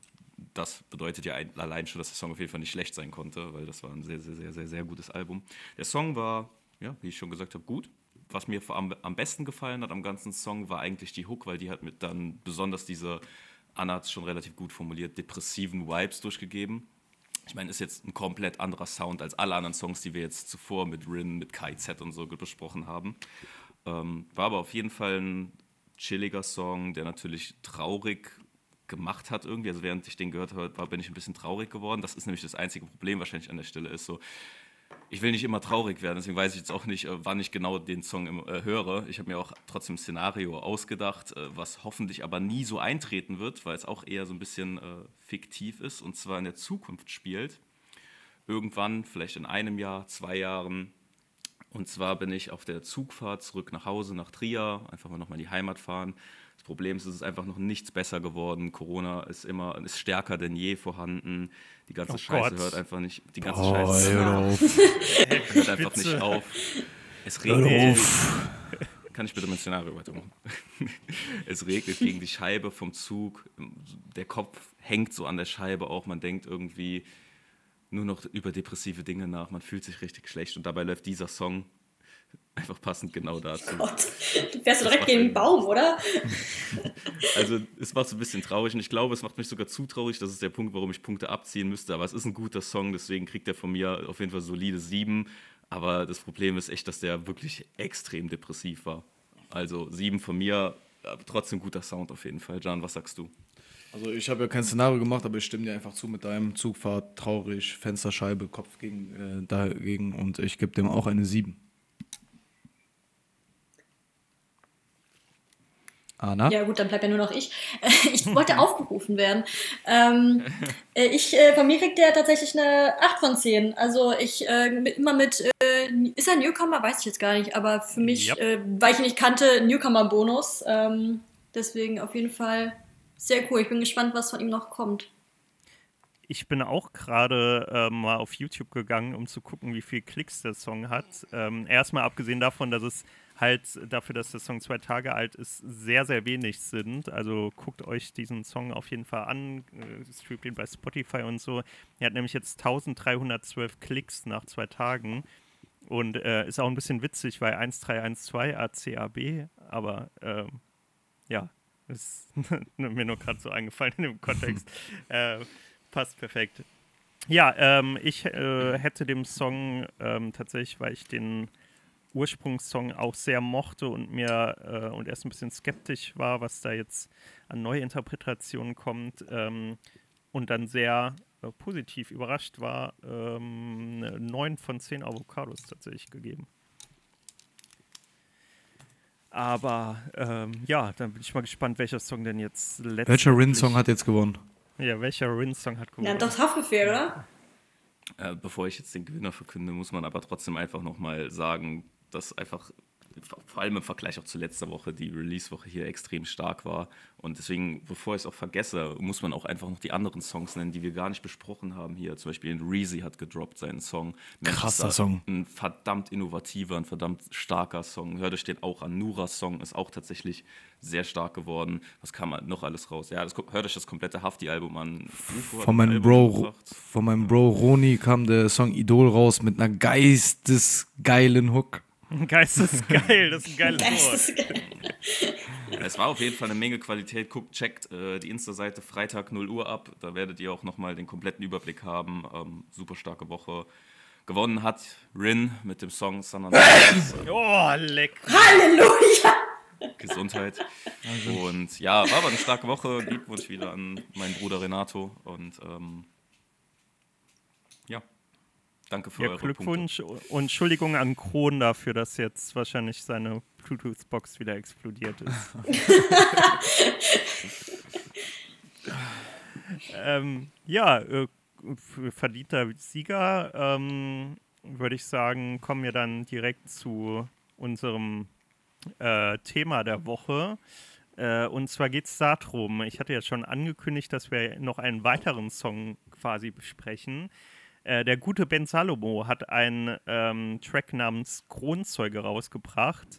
das bedeutet ja ein, allein schon, dass der Song auf jeden Fall nicht schlecht sein konnte, weil das war ein sehr, sehr, sehr, sehr, sehr gutes Album. Der Song war, ja, wie ich schon gesagt habe, gut. Was mir vor am, am besten gefallen hat am ganzen Song, war eigentlich die Hook, weil die hat mit dann besonders diese, Anna hat es schon relativ gut formuliert, depressiven Vibes durchgegeben. Ich meine, ist jetzt ein komplett anderer Sound als alle anderen Songs, die wir jetzt zuvor mit Rin, mit K I Z und so besprochen haben. Ähm, war aber auf jeden Fall ein chilliger Song, der natürlich traurig gemacht hat irgendwie. Also während ich den gehört habe, war, bin ich ein bisschen traurig geworden. Das ist nämlich das einzige Problem wahrscheinlich an der Stelle ist so, ich will nicht immer traurig werden, deswegen weiß ich jetzt auch nicht, wann ich genau den Song im, äh, höre. Ich habe mir auch trotzdem ein Szenario ausgedacht, äh, was hoffentlich aber nie so eintreten wird, weil es auch eher so ein bisschen äh, fiktiv ist und zwar in der Zukunft spielt. Irgendwann, vielleicht in einem Jahr, zwei Jahren. Und zwar bin ich auf der Zugfahrt zurück nach Hause, nach Trier, einfach mal nochmal in die Heimat fahren. Das Problem ist, es ist einfach noch nichts besser geworden. Corona ist immer ist stärker denn je vorhanden. Die ganze Oh Scheiße Gott. hört einfach nicht. Die ganze Oh, Scheiße hör auf. hört einfach nicht Bitte. auf. Es Hör regnet. auf. Kann ich bitte mein Szenario weitermachen? Es regnet gegen die Scheibe vom Zug. Der Kopf hängt so an der Scheibe auch. Man denkt irgendwie nur noch über depressive Dinge nach. Man fühlt sich richtig schlecht. Und dabei läuft dieser Song einfach passend genau dazu. Gott, du fährst du direkt gegen den Baum, oder? Also es war so ein bisschen traurig und ich glaube, es macht mich sogar zu traurig. Das ist der Punkt, warum ich Punkte abziehen müsste. Aber es ist ein guter Song, deswegen kriegt er von mir auf jeden Fall solide sieben. Aber das Problem ist echt, dass der wirklich extrem depressiv war. Also sieben von mir, aber trotzdem guter Sound auf jeden Fall. Can, was sagst du? Also ich habe ja kein Szenario gemacht, aber ich stimme dir einfach zu mit deinem Zugfahrt, traurig, Fensterscheibe, Kopf gegen, äh, dagegen und ich gebe dem auch eine sieben. Anna? Ja gut, dann bleibt ja nur noch ich. Ich wollte aufgerufen werden. Ähm, äh, ich, äh, von mir kriegt der tatsächlich eine acht von zehn. Also ich äh, mit, immer mit, äh, ist er Newcomer? Weiß ich jetzt gar nicht, aber für mich, Yep. äh, weil ich ihn nicht kannte, Newcomer-Bonus. Ähm, deswegen auf jeden Fall sehr cool. Ich bin gespannt, was von ihm noch kommt. Ich bin auch gerade ähm, mal auf YouTube gegangen, um zu gucken, wie viel Klicks der Song hat. Ähm, erstmal abgesehen davon, dass es halt dafür, dass der Song zwei Tage alt ist, sehr, sehr wenig sind. Also guckt euch diesen Song auf jeden Fall an, äh, streamt ihn bei Spotify und so. Er hat nämlich jetzt dreizehnhundertzwölf Klicks nach zwei Tagen und äh, ist auch ein bisschen witzig, weil eins drei eins zwei A C A B, aber ähm, ja, ist mir nur gerade so eingefallen in dem Kontext. äh, passt perfekt. Ja, ähm, ich äh, hätte dem Song ähm, tatsächlich, weil ich den Ursprungssong auch sehr mochte und mir äh, und erst ein bisschen skeptisch war, was da jetzt an Neuinterpretationen kommt ähm, und dann sehr äh, positiv überrascht war, ähm, eine neun von zehn Avocados tatsächlich gegeben. Aber ähm, ja, dann bin ich mal gespannt, welcher Song denn jetzt letztendlich... Welcher Rin-Song hat jetzt gewonnen? Ja, welcher Rin-Song hat gewonnen? Ja, doch Haftbefehl, oder? Äh, bevor ich jetzt den Gewinner verkünde, muss man aber trotzdem einfach nochmal sagen, dass einfach vor allem im Vergleich auch zu letzter Woche die Release-Woche hier extrem stark war. Und deswegen, bevor ich es auch vergesse, muss man auch einfach noch die anderen Songs nennen, die wir gar nicht besprochen haben hier. Zum Beispiel Reezy hat gedroppt seinen Song. Krasser Manchester, Song. Ein verdammt innovativer, ein verdammt starker Song. Hört euch den auch an. Nuras Song ist auch tatsächlich sehr stark geworden. Was kam noch alles raus? Ja, das, hört euch das komplette Hafti-Album an. Ufo hat Von ein meinem, Album Bro, gebracht. von meinem Bro Roni kam der Song Idol raus mit einer geistesgeilen Hook. Geistesgeil, das ist ein geiles Wort. Geistesgeil. Es war auf jeden Fall eine Menge Qualität. Guckt, checkt äh, die Insta-Seite Freitag null Uhr ab. Da werdet ihr auch nochmal den kompletten Überblick haben. Ähm, super starke Woche. Gewonnen hat Rin mit dem Song San Andreas. Oh, leck. Halleluja! Gesundheit. Und ja, war aber eine starke Woche. Glückwunsch wieder an meinen Bruder Renato. Und ähm, ja, danke für Ja, eure Glückwunsch Punkte. und Entschuldigung an Kron dafür, dass jetzt wahrscheinlich seine Bluetooth-Box wieder explodiert ist. ähm, ja, äh, verdienter Sieger, ähm, würde ich sagen, kommen wir dann direkt zu unserem äh, Thema der Woche. Äh, und zwar geht es darum, ich hatte ja schon angekündigt, dass wir noch einen weiteren Song quasi besprechen. Äh, der gute Ben Salomo hat einen ähm, Track namens Kronzeuge rausgebracht.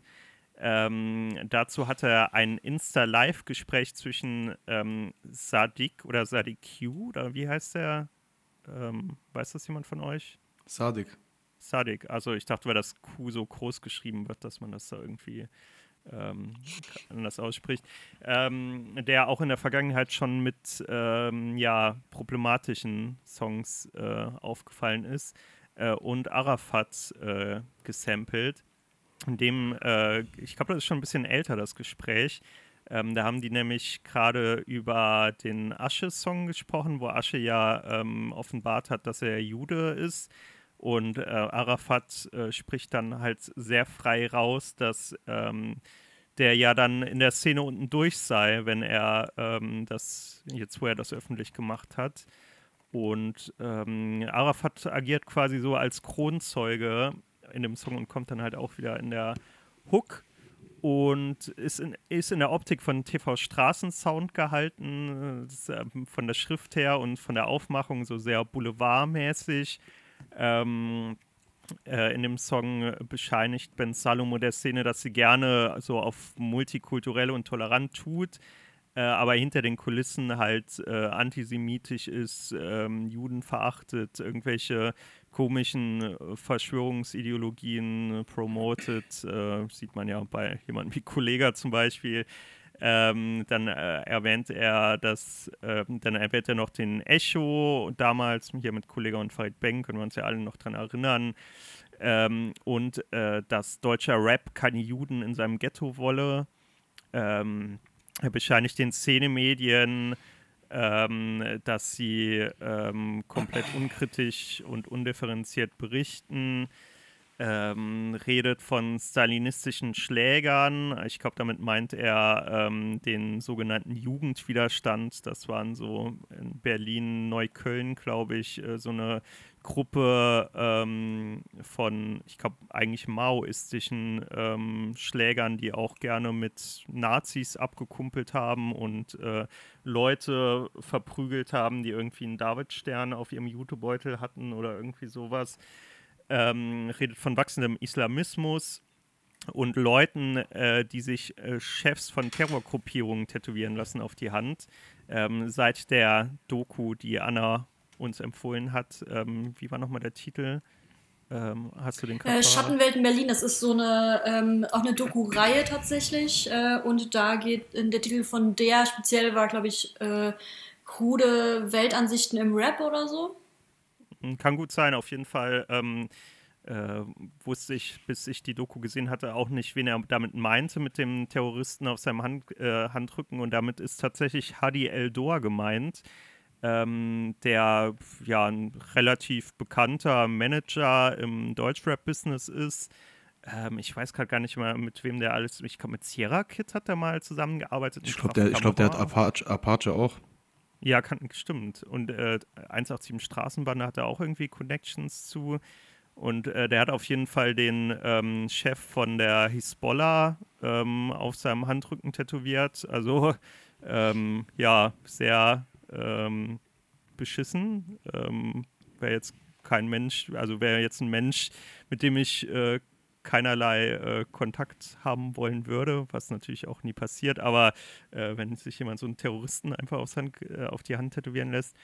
Ähm, dazu hat er ein Insta-Live-Gespräch zwischen ähm, Sadiq oder Sadiq Q, oder wie heißt der? Ähm, weiß das jemand von euch? Sadik. Sadiq, also ich dachte, weil das Q so groß geschrieben wird, dass man das da irgendwie ähm, anders ausspricht, ähm, der auch in der Vergangenheit schon mit ähm, ja, problematischen Songs äh, aufgefallen ist äh, und Arafat äh, gesampelt. In dem, äh, ich glaube, das ist schon ein bisschen älter, das Gespräch. Ähm, da haben die nämlich gerade über den Asche-Song gesprochen, wo Asche ja ähm, offenbart hat, dass er Jude ist. Und äh, Arafat äh, spricht dann halt sehr frei raus, dass ähm, der ja dann in der Szene unten durch sei, wenn er ähm, das, jetzt wo er das öffentlich gemacht hat. Und ähm, Arafat agiert quasi so als Kronzeuge in dem Song und kommt dann halt auch wieder in der Hook und ist in, ist in der Optik von T V Straßensound gehalten, das ist, äh, von der Schrift her und von der Aufmachung so sehr boulevardmäßig. Ähm, äh, in dem Song bescheinigt Ben Salomo der Szene, dass sie gerne so auf multikulturell und tolerant tut, äh, aber hinter den Kulissen halt äh, antisemitisch ist, ähm, Juden verachtet, irgendwelche komischen äh, Verschwörungsideologien äh, promotet, äh, sieht man ja bei jemandem wie Kollega zum Beispiel. Ähm, dann äh, erwähnt er das, äh, dann erwähnt er noch den Echo, damals hier mit Kollega und Farid Bang, können wir uns ja alle noch dran erinnern. Ähm, und äh, dass deutscher Rap keine Juden in seinem Ghetto wolle. Ähm, er bescheinigt den Szenemedien, ähm, dass sie ähm, komplett unkritisch und undifferenziert berichten. Ähm, redet von stalinistischen Schlägern. Ich glaube, damit meint er ähm, den sogenannten Jugendwiderstand. Das waren so in Berlin, Neukölln, glaube ich, äh, so eine Gruppe ähm, von, ich glaube, eigentlich maoistischen ähm, Schlägern, die auch gerne mit Nazis abgekumpelt haben und äh, Leute verprügelt haben, die irgendwie einen Davidstern auf ihrem Jutebeutel hatten oder irgendwie sowas. Ähm, redet von wachsendem Islamismus und Leuten, äh, die sich äh, Chefs von Terrorgruppierungen tätowieren lassen auf die Hand. Ähm, seit der Doku, die Anna uns empfohlen hat, ähm, wie war nochmal der Titel? Ähm, hast du den Äh, Schattenwelten Berlin, das ist so eine, ähm, auch eine Doku-Reihe tatsächlich. Äh, und da geht äh, der Titel von der speziell war, glaube ich, äh, krude Weltansichten im Rap oder so. Kann gut sein, auf jeden Fall ähm, äh, wusste ich, bis ich die Doku gesehen hatte, auch nicht, wen er damit meinte, mit dem Terroristen auf seinem Hand, äh, Handrücken. Und damit ist tatsächlich Hadi Eldor gemeint, ähm, der ja ein relativ bekannter Manager im Deutschrap-Business ist. Ähm, ich weiß gerade gar nicht mehr, mit wem der alles, ich glaube, mit Sierra Kid hat er mal zusammengearbeitet. Ich glaube, der, ich glaub, der hat Apache, Apache auch. Ja, kann, stimmt. Und äh, eins acht sieben Straßenbande hat er auch irgendwie Connections zu. Und äh, der hat auf jeden Fall den ähm, Chef von der Hisbollah ähm, auf seinem Handrücken tätowiert. Also, ähm, ja, sehr ähm, beschissen. Ähm, wäre jetzt kein Mensch, also wäre jetzt ein Mensch, mit dem ich äh, keinerlei äh, Kontakt haben wollen würde, was natürlich auch nie passiert, aber äh, wenn sich jemand so einen Terroristen einfach aufs Hand, äh, auf die Hand tätowieren lässt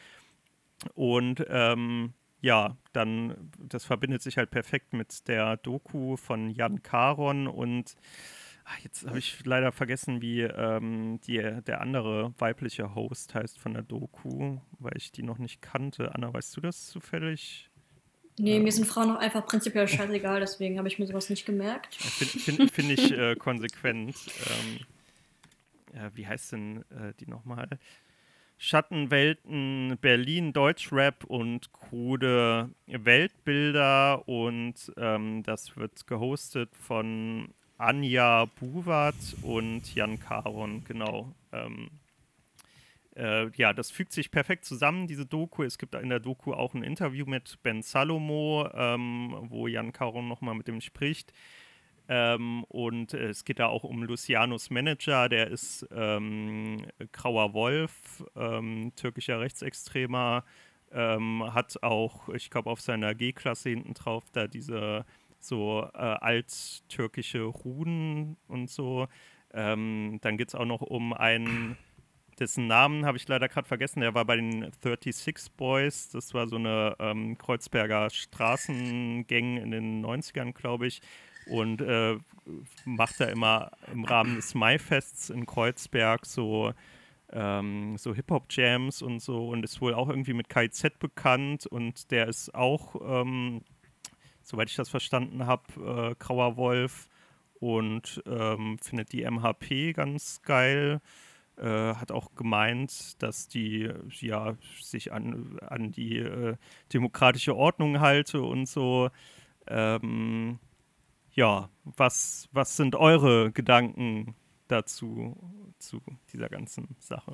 und ähm, ja, dann, das verbindet sich halt perfekt mit der Doku von Jan Caron und ach, jetzt habe ich leider vergessen, wie ähm, die, der andere weibliche Host heißt von der Doku, weil ich die noch nicht kannte. Anna, weißt du das zufällig? Nee, mir sind Frauen auch einfach prinzipiell scheißegal, deswegen habe ich mir sowas nicht gemerkt. Finde find, find ich äh, konsequent. Ähm, ja, wie heißt denn äh, die nochmal? Schattenwelten, Berlin, Deutschrap und krude Weltbilder und ähm, das wird gehostet von Anja Buwat und Jan Karon, genau. Ähm, äh, ja, das fügt sich perfekt zusammen, diese Doku. Es gibt in der Doku auch ein Interview mit Ben Salomo, ähm, wo Jan Karon nochmal mit ihm spricht. Ähm, und äh, es geht da auch um Lucianos Manager, der ist ähm, Grauer Wolf, ähm, türkischer Rechtsextremer, ähm, hat auch, ich glaube, auf seiner G-Klasse hinten drauf da diese so äh, alttürkische Runen und so. Ähm, dann geht es auch noch um einen, dessen Namen habe ich leider gerade vergessen, der war bei den sechsunddreißig Boys, das war so eine ähm, Kreuzberger Straßengang in den neunzigern, glaube ich. Und äh, macht da immer im Rahmen des Maifests in Kreuzberg so, ähm, so Hip-Hop-Jams und so und ist wohl auch irgendwie mit K I Z bekannt und der ist auch, ähm, soweit ich das verstanden habe, äh, Grauer Wolf und ähm, findet die M H P ganz geil. Äh, hat auch gemeint, dass die ja sich an, an die äh, demokratische Ordnung halte und so. Ähm, Ja, was, was sind eure Gedanken dazu, zu dieser ganzen Sache?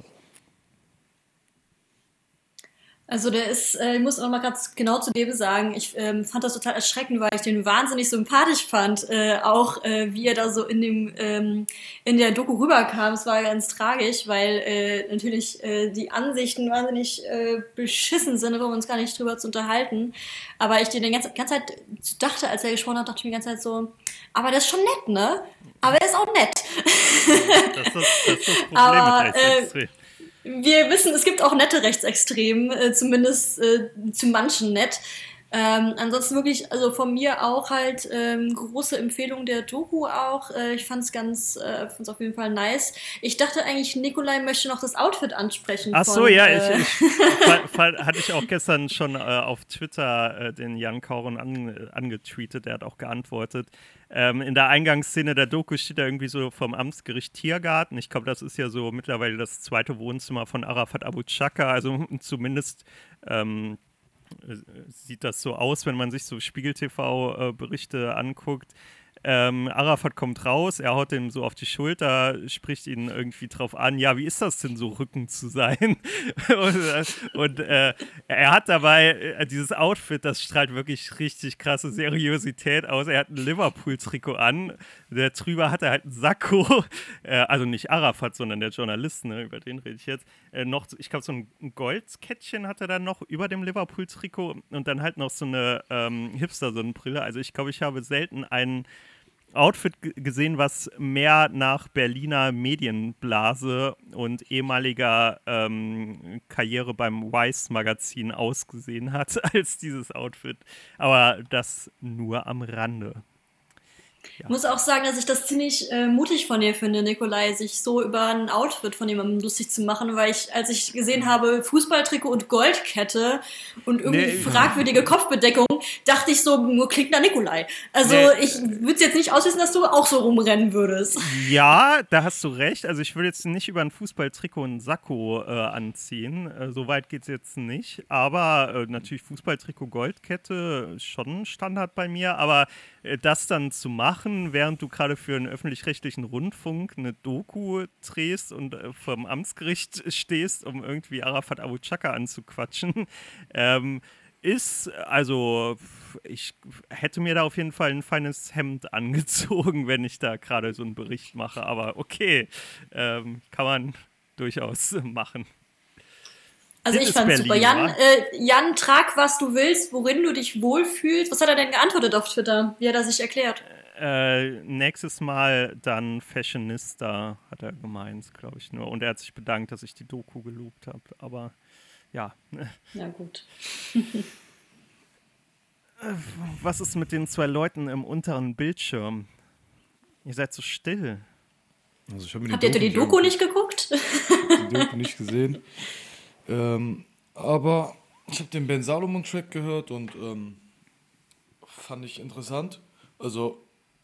Also der ist, äh, ich muss auch mal ganz genau zu dem sagen, ich ähm, fand das total erschreckend, weil ich den wahnsinnig sympathisch fand, äh, auch äh, wie er da so in dem ähm, in der Doku rüberkam. Es war ganz tragisch, weil äh, natürlich äh, die Ansichten wahnsinnig äh, beschissen sind, da wollen wir uns gar nicht drüber zu unterhalten. Aber ich dir die ganze, ganze Zeit dachte, als er gesprochen hat, dachte ich mir die ganze Zeit so, aber der ist schon nett, ne? Aber er ist auch nett. Das ist das, das, ist das Problem Aber, mit Rechtsextremen. Wir wissen, es gibt auch nette Rechtsextremen, äh, zumindest äh, zu manchen nett. Ähm, ansonsten wirklich, also von mir auch halt ähm, große Empfehlung der Doku auch. Äh, ich fand's ganz, äh, fand's auf jeden Fall nice. Ich dachte eigentlich, Nikolai möchte noch das Outfit ansprechen. Ach so, von, ja, äh, ich, ich fall, fall, hatte ich auch gestern schon äh, auf Twitter äh, den Jan Kauron an, angetweetet, der hat auch geantwortet. Ähm, in der Eingangsszene der Doku steht er irgendwie so vom Amtsgericht Tiergarten. Ich glaube, das ist ja so mittlerweile das zweite Wohnzimmer von Arafat Abu Chaka, also zumindest ähm, sieht das so aus, wenn man sich so Spiegel-T V-Berichte anguckt. Ähm, Arafat kommt raus, er haut ihm so auf die Schulter, spricht ihn irgendwie drauf an, ja, wie ist das denn so, Rücken zu sein? und und äh, er hat dabei äh, dieses Outfit, das strahlt wirklich richtig krasse Seriosität aus. Er hat ein Liverpool-Trikot an, der drüber hat er halt einen Sakko, äh, also nicht Arafat, sondern der Journalist, ne, über den rede ich jetzt, äh, noch, ich glaube, so ein Goldkettchen hat er dann noch über dem Liverpool-Trikot und dann halt noch so eine ähm, Hipster-Sonnenbrille. Also ich glaube, ich habe selten einen Outfit g- gesehen, was mehr nach Berliner Medienblase und ehemaliger ähm, Karriere beim Vice-Magazin ausgesehen hat, als dieses Outfit. Aber das nur am Rande. Ich muss auch sagen, dass ich das ziemlich äh, mutig von dir finde, Nikolai, sich so über ein Outfit von jemandem lustig zu machen, weil ich, als ich gesehen habe, Fußballtrikot und Goldkette und irgendwie Nee. fragwürdige Kopfbedeckung, dachte ich so, nur klingt nach Nikolai. Also Nee. ich würde es jetzt nicht ausschließen, dass du auch so rumrennen würdest. Ja, da hast du recht. Also ich würde jetzt nicht über ein Fußballtrikot einen Sakko äh, anziehen. Äh, so weit geht es jetzt nicht. Aber äh, natürlich Fußballtrikot, Goldkette, ist schon ein Standard bei mir. Aber äh, das dann zu machen, während du gerade für einen öffentlich-rechtlichen Rundfunk eine Doku drehst und äh, vom Amtsgericht stehst, um irgendwie Arafat Abu Chaka anzuquatschen, ähm, ist, also ich hätte mir da auf jeden Fall ein feines Hemd angezogen, wenn ich da gerade so einen Bericht mache, aber okay, ähm, kann man durchaus machen. Also Das ich ist fand's Berlin, super. Jan, wa? äh, Jan, trag, was du willst, worin du dich wohlfühlst. Was hat er denn geantwortet auf Twitter? Wie hat er sich erklärt? Äh, nächstes Mal dann Fashionista, hat er gemeint, glaube ich nur. Und er hat sich bedankt, dass ich die Doku gelobt habe, aber ja. Na gut. Was ist mit den zwei Leuten im unteren Bildschirm? Ihr seid so still. Also ich hab mir Habt ihr die nicht Doku angeguckt. nicht geguckt? Die Doku nicht gesehen. Ähm, aber ich habe den Ben Salomon Track gehört und ähm, fand ich interessant. Also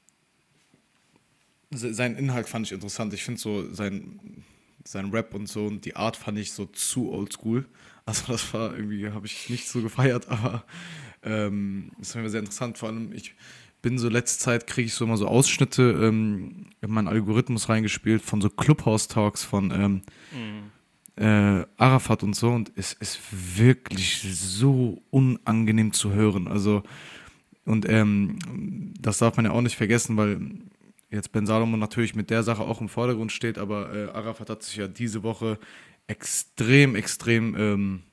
se- sein Inhalt fand ich interessant. Ich finde so sein, sein Rap und so und die Art fand ich so zu oldschool. Also das war irgendwie, habe ich nicht so gefeiert, aber ähm, das war mir sehr interessant. Vor allem, ich bin so letzte Zeit, kriege ich so immer so Ausschnitte ähm, in meinen Algorithmus reingespielt von so Clubhouse-Talks von ähm, äh, Arafat und so und es ist wirklich so unangenehm zu hören. Also und ähm, das darf man ja auch nicht vergessen, weil jetzt Ben Salomon natürlich mit der Sache auch im Vordergrund steht, aber äh, Arafat hat sich ja diese Woche extrem, extrem ähm,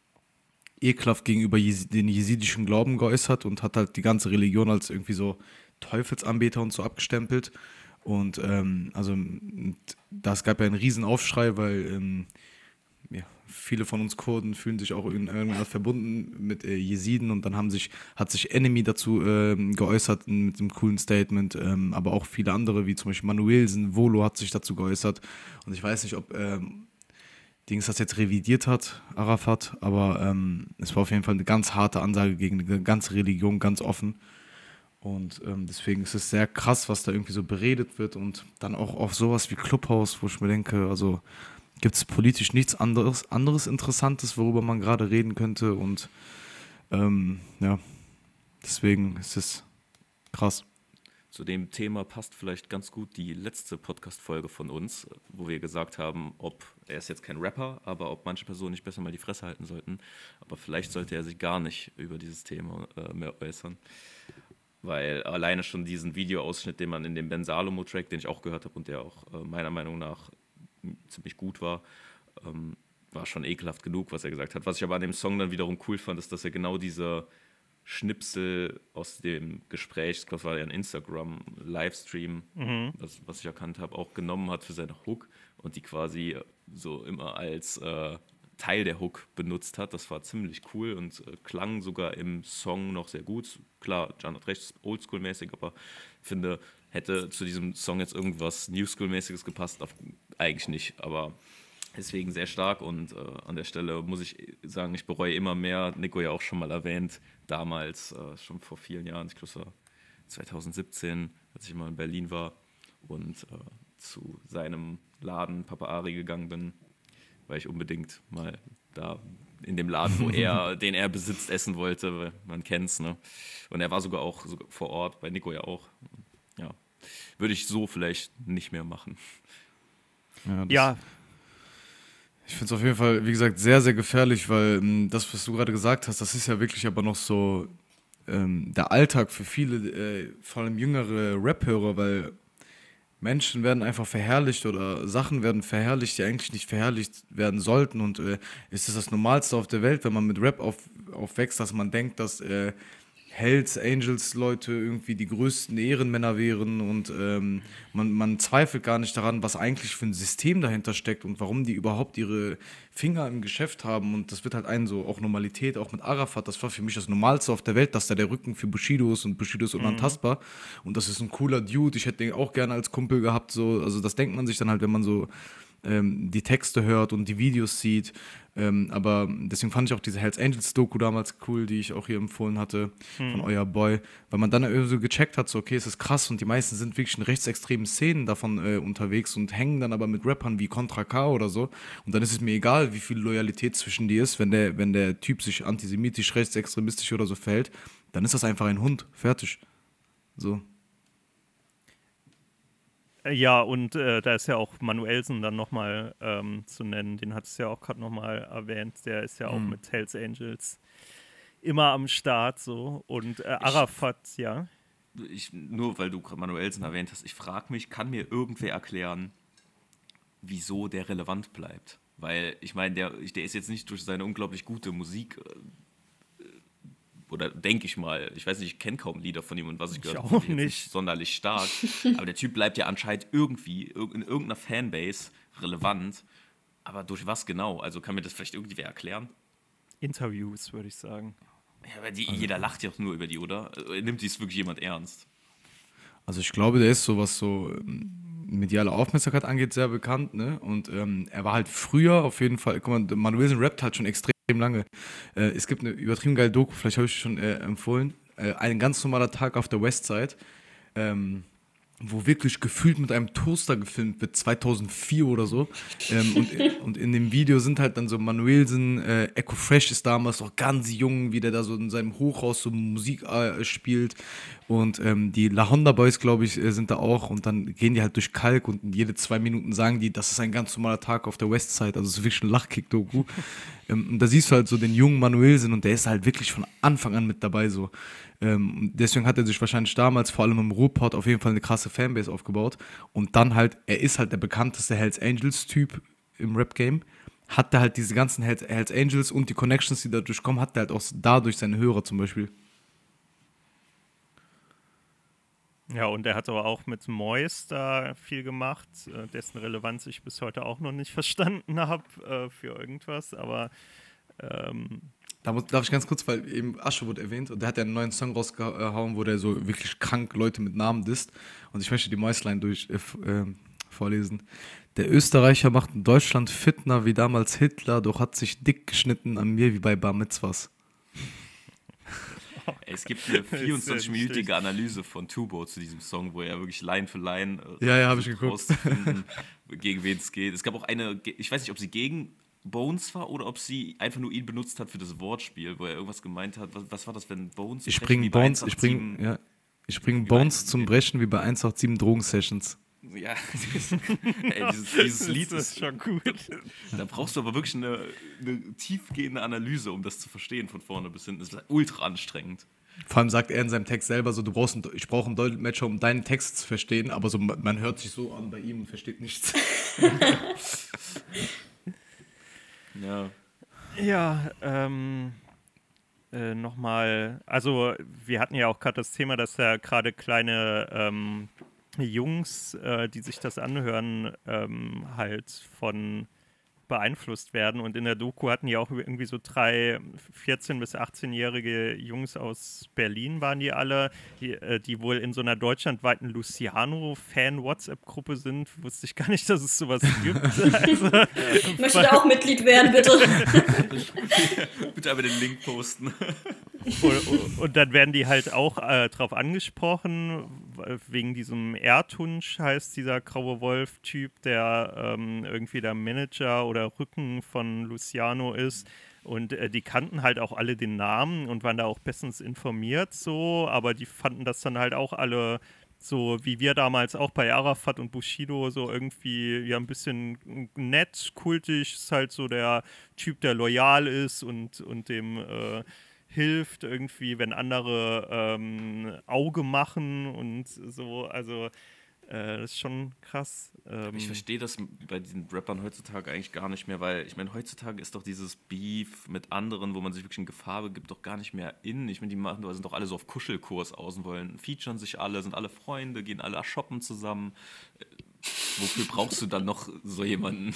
ekelhaft gegenüber Jes den jesidischen Glauben geäußert und hat halt die ganze Religion als irgendwie so Teufelsanbeter und so abgestempelt. Und ähm, also und das gab ja einen riesen Aufschrei, weil ähm, ja, viele von uns Kurden fühlen sich auch in irgendeiner Art verbunden mit äh, Jesiden und dann haben sich, hat sich Enemy dazu ähm, geäußert mit einem coolen Statement, ähm, aber auch viele andere, wie zum Beispiel Manuelsen, Volo hat sich dazu geäußert und ich weiß nicht, ob ähm, Dings das jetzt revidiert hat, Arafat, aber ähm, es war auf jeden Fall eine ganz harte Ansage gegen eine ganze Religion, ganz offen. Und ähm, deswegen ist es sehr krass, was da irgendwie so beredet wird und dann auch auf sowas wie Clubhouse, wo ich mir denke, also gibt es politisch nichts anderes, anderes Interessantes, worüber man gerade reden könnte und ähm, ja, deswegen ist es krass. Zu dem Thema passt vielleicht ganz gut die letzte Podcast-Folge von uns, wo wir gesagt haben, ob, er ist jetzt kein Rapper, aber ob manche Personen nicht besser mal die Fresse halten sollten. Aber vielleicht sollte er sich gar nicht über dieses Thema äh, mehr äußern. Weil alleine schon diesen Videoausschnitt, den man in dem Ben Salomo-Track, den ich auch gehört habe und der auch äh, meiner Meinung nach ziemlich gut war, ähm, war schon ekelhaft genug, was er gesagt hat. Was ich aber an dem Song dann wiederum cool fand, ist, dass er genau diese Schnipsel aus dem Gespräch, ich glaube, es war ja ein Instagram-Livestream, mhm. was, was ich erkannt habe, auch genommen hat für seine Hook und die quasi so immer als äh, Teil der Hook benutzt hat. Das war ziemlich cool und äh, klang sogar im Song noch sehr gut. Klar, Can hat recht, oldschool-mäßig, aber ich finde, hätte zu diesem Song jetzt irgendwas New-School-mäßiges gepasst, auf, eigentlich nicht, aber deswegen sehr stark und äh, an der Stelle muss ich sagen, ich bereue immer mehr, Nico ja auch schon mal erwähnt, damals, äh, schon vor vielen Jahren, ich glaube es war zwanzig siebzehn, als ich mal in Berlin war und äh, zu seinem Laden Papa Ari gegangen bin, weil ich unbedingt mal da in dem Laden, wo er, den er besitzt, essen wollte, weil man kennt's, ne? Und er war sogar auch sogar vor Ort, bei Nico ja auch. Ja, würde ich so vielleicht nicht mehr machen. Ja, das, Ja, ich finde es auf jeden Fall, wie gesagt, sehr, sehr gefährlich, weil ähm, das, was du gerade gesagt hast, das ist ja wirklich aber noch so ähm, der Alltag für viele, äh, vor allem jüngere Rap-Hörer, weil Menschen werden einfach verherrlicht oder Sachen werden verherrlicht, die eigentlich nicht verherrlicht werden sollten und äh, es ist das Normalste auf der Welt, wenn man mit Rap auf, aufwächst, dass man denkt, dass äh, Hells Angels Leute irgendwie die größten Ehrenmänner wären und ähm, man, man zweifelt gar nicht daran, was eigentlich für ein System dahinter steckt und warum die überhaupt ihre Finger im Geschäft haben und das wird halt einen so, auch Normalität, auch mit Arafat, das war für mich das Normalste auf der Welt, dass da der Rücken für Bushido ist und Bushido ist unantastbar und das ist ein cooler Dude, ich hätte den auch gerne als Kumpel gehabt, so, also das denkt man sich dann halt, wenn man so ähm, die Texte hört und die Videos sieht. Ähm, aber deswegen fand ich auch diese Hells Angels Doku damals cool, die ich auch hier empfohlen hatte, hm. von Euer Boy, weil man dann irgendwie so gecheckt hat, so okay, es ist krass und die meisten sind wirklich in rechtsextremen Szenen davon äh, unterwegs und hängen dann aber mit Rappern wie Contra K oder so und dann ist es mir egal, wie viel Loyalität zwischen die ist, wenn der, wenn der Typ sich antisemitisch, rechtsextremistisch oder so verhält, dann ist das einfach ein Hund, fertig. So. Ja, und äh, da ist ja auch Manuelsen dann nochmal ähm, zu nennen, den hat es ja auch gerade nochmal erwähnt, der ist ja auch mhm. mit Hells Angels immer am Start so und äh, Arafat, ich, ja. Ich, nur weil du Manuelsen erwähnt hast, ich frage mich, kann mir irgendwer erklären, wieso der relevant bleibt? Weil ich meine, der, der ist jetzt nicht durch seine unglaublich gute Musik äh, oder denke ich mal, ich weiß nicht, ich kenne kaum Lieder von ihm und was ich gehört habe, nicht. nicht sonderlich stark, aber der Typ bleibt ja anscheinend irgendwie in irgendeiner Fanbase relevant, aber durch was genau? Also kann mir das vielleicht irgendwie wer erklären? Interviews, würde ich sagen. Ja, aber die, also, jeder lacht ja auch nur über die, oder? Nimmt dies wirklich jemand ernst? Also ich glaube, der ist so, was so mediale Aufmerksamkeit angeht, sehr bekannt, ne? Und ähm, er war halt früher auf jeden Fall, guck mal, Manuelsen rappt halt schon extrem lange. Äh, es gibt eine übertrieben geile Doku, vielleicht habe ich schon äh, empfohlen, äh, ein ganz normaler Tag auf der Westside, ähm, wo wirklich gefühlt mit einem Toaster gefilmt wird, zweitausendvier oder so. Ähm, und, und in dem Video sind halt dann so Manuelsen, äh, Echo Fresh ist damals noch ganz jung, wie der da so in seinem Hochhaus so Musik äh, spielt. Und ähm, die La Honda Boys, glaube ich, äh, sind da auch. Und dann gehen die halt durch Kalk und jede zwei Minuten sagen die, das ist ein ganz normaler Tag auf der Westside. Also es ist wirklich ein Lachkick-Doku. ähm, und da siehst du halt so den jungen Manuelsen und der ist halt wirklich von Anfang an mit dabei so. Ähm, deswegen hat er sich wahrscheinlich damals, vor allem im Ruhrpott, auf jeden Fall eine krasse Fanbase aufgebaut. Und dann halt, er ist halt der bekannteste Hells Angels-Typ im Rap-Game. Hat er halt diese ganzen Hells, Hells Angels und die Connections, die dadurch kommen, hat er halt auch dadurch seine Hörer zum Beispiel. Ja, und er hat aber auch mit Mois da viel gemacht, äh, dessen Relevanz ich bis heute auch noch nicht verstanden habe äh, für irgendwas, aber ähm, Da muss, darf ich ganz kurz, weil eben Asche wurde erwähnt und der hat ja einen neuen Song rausgehauen, wo der so wirklich krank Leute mit Namen disst. Und ich möchte die Mäuslein durch äh, äh, vorlesen. Der Österreicher macht in Deutschland Fitner wie damals Hitler, doch hat sich dick geschnitten an mir wie bei Bar Mitzvahs. Ey, es gibt eine vierundzwanzig-minütige Analyse von Tubo zu diesem Song, wo er wirklich Line für Line äh, ja, ja, habe ich geguckt. gegen wen es geht. Es gab auch eine, ich weiß nicht, ob sie gegen Bones war oder ob sie einfach nur ihn benutzt hat für das Wortspiel, wo er irgendwas gemeint hat. Was, was war das, wenn Bones... Ich bringe Bones, ich bring, ja, ich bring Bones zum Brechen wie bei eins acht sieben Drogen-Sessions. Ja, ey, dieses, dieses Lied das ist schon gut. Da brauchst du aber wirklich eine, eine tiefgehende Analyse, um das zu verstehen von vorne bis hinten. Das ist ultra anstrengend. Vor allem sagt er in seinem Text selber so, du brauchst einen, ich brauche einen Dolmetscher, um deinen Text zu verstehen, aber so, man hört sich so an bei ihm und versteht nichts. Ja. Ja, ähm, äh, nochmal, also wir hatten ja auch gerade das Thema, dass da gerade kleine ähm, Jungs, äh, die sich das anhören, ähm, halt von beeinflusst werden. Und in der Doku hatten die auch irgendwie so drei vierzehn- bis achtzehnjährige Jungs aus Berlin, waren die alle, die, äh, die wohl in so einer deutschlandweiten Luciano-Fan-WhatsApp-Gruppe sind. Wusste ich gar nicht, dass es sowas gibt. Also, ich möchte da auch Mitglied werden, bitte. Bitte aber den Link posten. Und, und dann werden die halt auch äh, drauf angesprochen, wegen diesem Erdhunsch heißt dieser graue Wolf-Typ, der ähm, irgendwie der Manager oder Rücken von Luciano ist. Und äh, die kannten halt auch alle den Namen und waren da auch bestens informiert so, aber die fanden das dann halt auch alle so, wie wir damals auch bei Arafat und Bushido, so irgendwie ja ein bisschen nett, kultig, ist halt so der Typ, der loyal ist und, und dem äh, hilft irgendwie, wenn andere ähm, Auge machen und so, also äh, das ist schon krass. Ähm, Ich verstehe das bei diesen Rappern heutzutage eigentlich gar nicht mehr, weil ich meine, heutzutage ist doch dieses Beef mit anderen, wo man sich wirklich in Gefahr begibt, doch gar nicht mehr in. Ich meine, die machen, sind doch alle so auf Kuschelkurs aus und wollen, featuren sich alle, sind alle Freunde, gehen alle shoppen zusammen. Äh, wofür brauchst du dann noch so jemanden?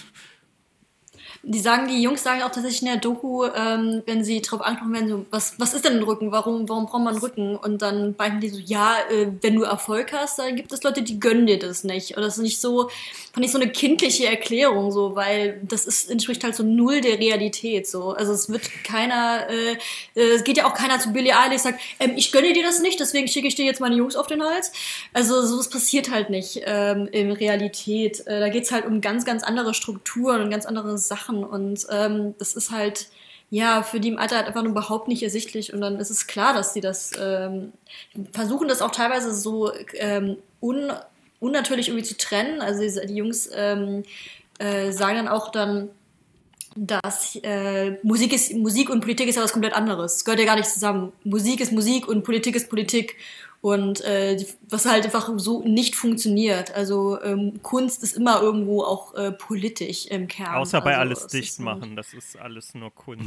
Die sagen, die Jungs sagen auch tatsächlich in der Doku, ähm, wenn sie drauf angesprochen werden, so, was, was ist denn ein Rücken? Warum, warum braucht man einen Rücken? Und dann meinten die so, ja, äh, wenn du Erfolg hast, dann gibt es Leute, die gönnen dir das nicht. Oder das ist nicht so, fand ich so eine kindliche Erklärung, so, weil das ist, entspricht halt so null der Realität, so. Also es wird keiner, äh, äh, es geht ja auch keiner zu Billie Eilish, sagt, ähm, ich gönne dir das nicht, deswegen schicke ich dir jetzt meine Jungs auf den Hals. Also sowas passiert halt nicht ähm, in Realität. Äh, da geht's halt um ganz, ganz andere Strukturen und ganz andere Sachen. Und ähm, das ist halt, ja, für die im Alter halt einfach nur überhaupt nicht ersichtlich. Und dann ist es klar, dass die das ähm, versuchen, das auch teilweise so ähm, un, unnatürlich irgendwie zu trennen. Also die, die Jungs ähm, äh, sagen dann auch dann, dass äh, Musik ist Musik und Politik ist ja was komplett anderes. Das gehört ja gar nicht zusammen. Musik ist Musik und Politik ist Politik. Und äh, die, was halt einfach so nicht funktioniert. Also ähm, Kunst ist immer irgendwo auch äh, politisch im Kern. Außer bei also, alles dicht machen, das ist alles nur Kunst.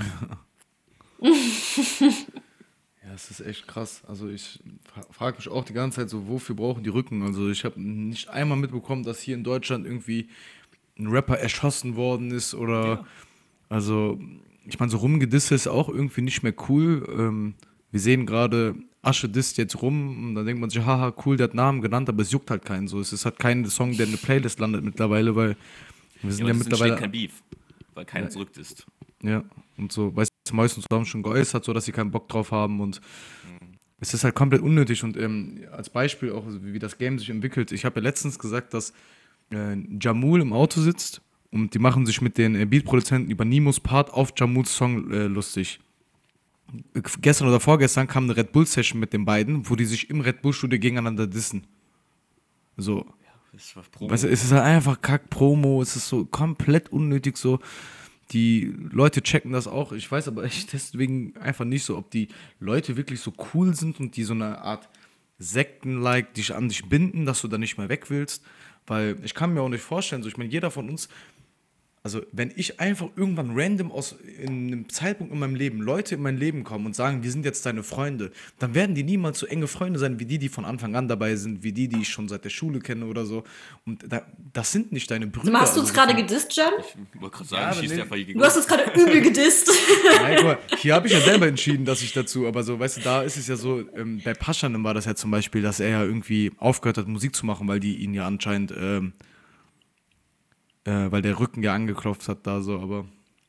Ja, es ist echt krass. Also ich frage mich auch die ganze Zeit so, wofür brauchen die Rücken? Also ich habe nicht einmal mitbekommen, dass hier in Deutschland irgendwie ein Rapper erschossen worden ist oder Ja. also ich meine, so rumgedisst ist auch irgendwie nicht mehr cool. Ähm, wir sehen gerade, Asche disst jetzt rum und dann denkt man sich, haha, cool, der hat Namen genannt, aber es juckt halt keinen so. Es ist halt kein Song, der in eine Playlist landet mittlerweile, weil wir sind Ja, ja, aber es mittlerweile... entsteht kein Beef, weil keiner zurück ist. Ja, und so, weißt du, meistens haben schon geäußert, so dass sie keinen Bock drauf haben und es ist halt komplett unnötig und ähm, als Beispiel auch, wie das Game sich entwickelt. Ich habe ja letztens gesagt, dass äh, Jamul im Auto sitzt und die machen sich mit den äh, Beatproduzenten über Nimos Part auf Jamuls Song äh, lustig. Gestern oder vorgestern kam eine Red Bull-Session mit den beiden, wo die sich im Red Bull-Studio gegeneinander dissen. So. Das war Promo. Weißt du, es ist halt einfach Kack-Promo, es ist so komplett unnötig so. Die Leute checken das auch. Ich weiß aber echt deswegen einfach nicht so, ob die Leute wirklich so cool sind und die so eine Art Sekten-like dich an dich binden, dass du da nicht mehr weg willst. Weil ich kann mir auch nicht vorstellen, so ich meine, jeder von uns, also wenn ich einfach irgendwann random aus in einem Zeitpunkt in meinem Leben Leute in mein Leben kommen und sagen, wir sind jetzt deine Freunde, dann werden die niemals so enge Freunde sein, wie die, die von Anfang an dabei sind, wie die, die ich schon seit der Schule kenne oder so. Und da, das sind nicht deine Brüder. Hast du uns also gerade von- gedisst, Jan? Ich wollte gerade sagen, Ja, ich aber schieße nee. einfach hier gegen Du hast uns gerade übel gedisst. Nein, guck mal, hier habe ich ja selber entschieden, dass ich dazu, aber so, weißt du, da ist es ja so, ähm, bei Paschanim war das ja zum Beispiel, dass er ja irgendwie aufgehört hat, Musik zu machen, weil die ihn ja anscheinend, ähm, äh, weil der Rücken ja angeklopft hat da so, aber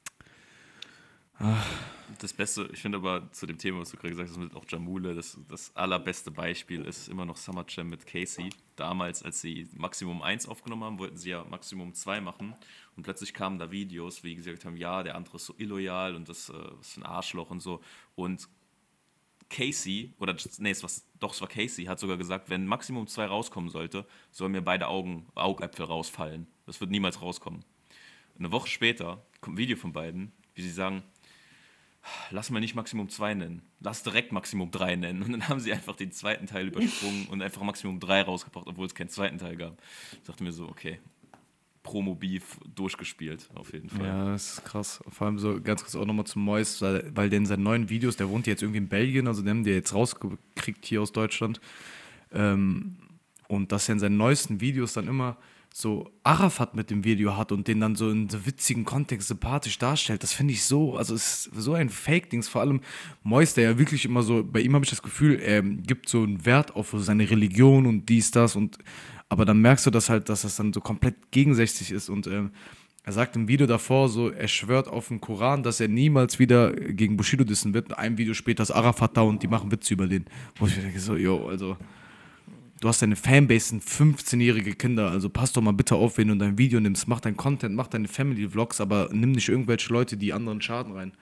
Das Beste, ich finde aber zu dem Thema, was du gerade gesagt hast, mit auch Jamule, das, das allerbeste Beispiel ist immer noch Summer Jam mit Casey. Damals, als sie Maximum eins aufgenommen haben, wollten sie ja Maximum zwei machen und plötzlich kamen da Videos, wie gesagt haben, ja, der andere ist so illoyal und das, äh, das ist ein Arschloch und so. Und Casey, oder nee, es war, doch, es war Casey, hat sogar gesagt, wenn Maximum zwei rauskommen sollte, sollen mir beide Augen, Augäpfel rausfallen. Das wird niemals rauskommen. Eine Woche später kommt ein Video von beiden, wie sie sagen, lass mal nicht Maximum zwei nennen, lass direkt Maximum drei nennen. Und dann haben sie einfach den zweiten Teil übersprungen und einfach Maximum drei rausgebracht, obwohl es keinen zweiten Teil gab. Ich dachte mir so, okay, Promo-Beef durchgespielt, auf jeden Fall. ja, das ist krass. Vor allem so ganz kurz auch nochmal zum Mois, weil, weil der in seinen neuen Videos, der wohnt jetzt irgendwie in Belgien, also den haben die jetzt rausgekriegt hier aus Deutschland. Ähm, und dass er in seinen neuesten Videos dann immer so Arafat mit dem Video hat und den dann so in so witzigen Kontext sympathisch darstellt, das finde ich so, also es ist so ein Fake-Dings, vor allem Mois, der ja wirklich immer so, bei ihm habe ich das Gefühl, er gibt so einen Wert auf so seine Religion und dies, das und, aber dann merkst du das halt, dass das dann so komplett gegensätzlich ist und ähm, er sagt im Video davor so, er schwört auf den Koran, dass er niemals wieder gegen Bushido dissen wird, ein Video später ist Arafat da und die machen Witze über den, wo ich mir denke so, yo, also du hast deine Fanbase, sind fünfzehnjährige Kinder, also pass doch mal bitte auf, wenn du dein Video nimmst, mach deinen Content, mach deine Family-Vlogs, aber nimm nicht irgendwelche Leute, die anderen schaden rein.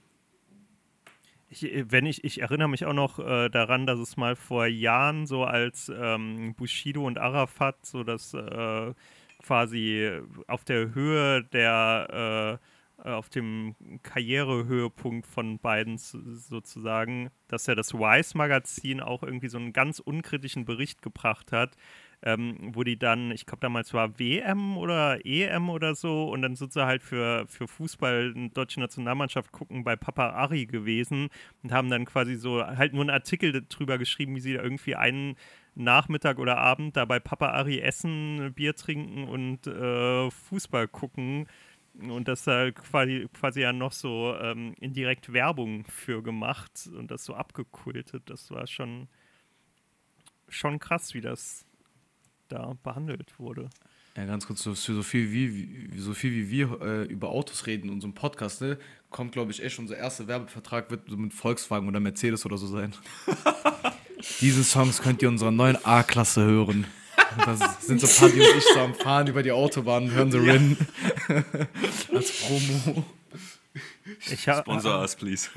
Ich, wenn ich, ich erinnere mich auch noch äh, daran, dass es mal vor Jahren so als ähm, Bushido und Arafat so das äh, quasi auf der Höhe der, äh, auf dem Karrierehöhepunkt von beiden so- sozusagen, dass ja das Vice-Magazin auch irgendwie so einen ganz unkritischen Bericht gebracht hat, ähm, wo die dann, ich glaube damals war W M oder E M oder so und dann sind sie halt für, für Fußball, eine deutsche Nationalmannschaft gucken bei Papa Ari gewesen und haben dann quasi so halt nur einen Artikel drüber geschrieben, wie sie da irgendwie einen Nachmittag oder Abend da bei Papa Ari essen, Bier trinken und äh, Fußball gucken und das da quasi, quasi ja noch so ähm, indirekt Werbung für gemacht und das so abgekultet. Das war schon, schon krass, wie das da behandelt wurde. Ja, ganz kurz, so, so, viel, wie, wie, so viel wie wir äh, über Autos reden in unserem Podcast, ne, kommt, glaube ich, echt unser erster Werbevertrag wird so mit Volkswagen oder Mercedes oder so sein. Diese Songs könnt ihr in unserer neuen A-Klasse hören. Das sind so Paddy und ich so am Fahren über die Autobahn und hören so Rin als Promo. Ich, ha Sponsor us, please.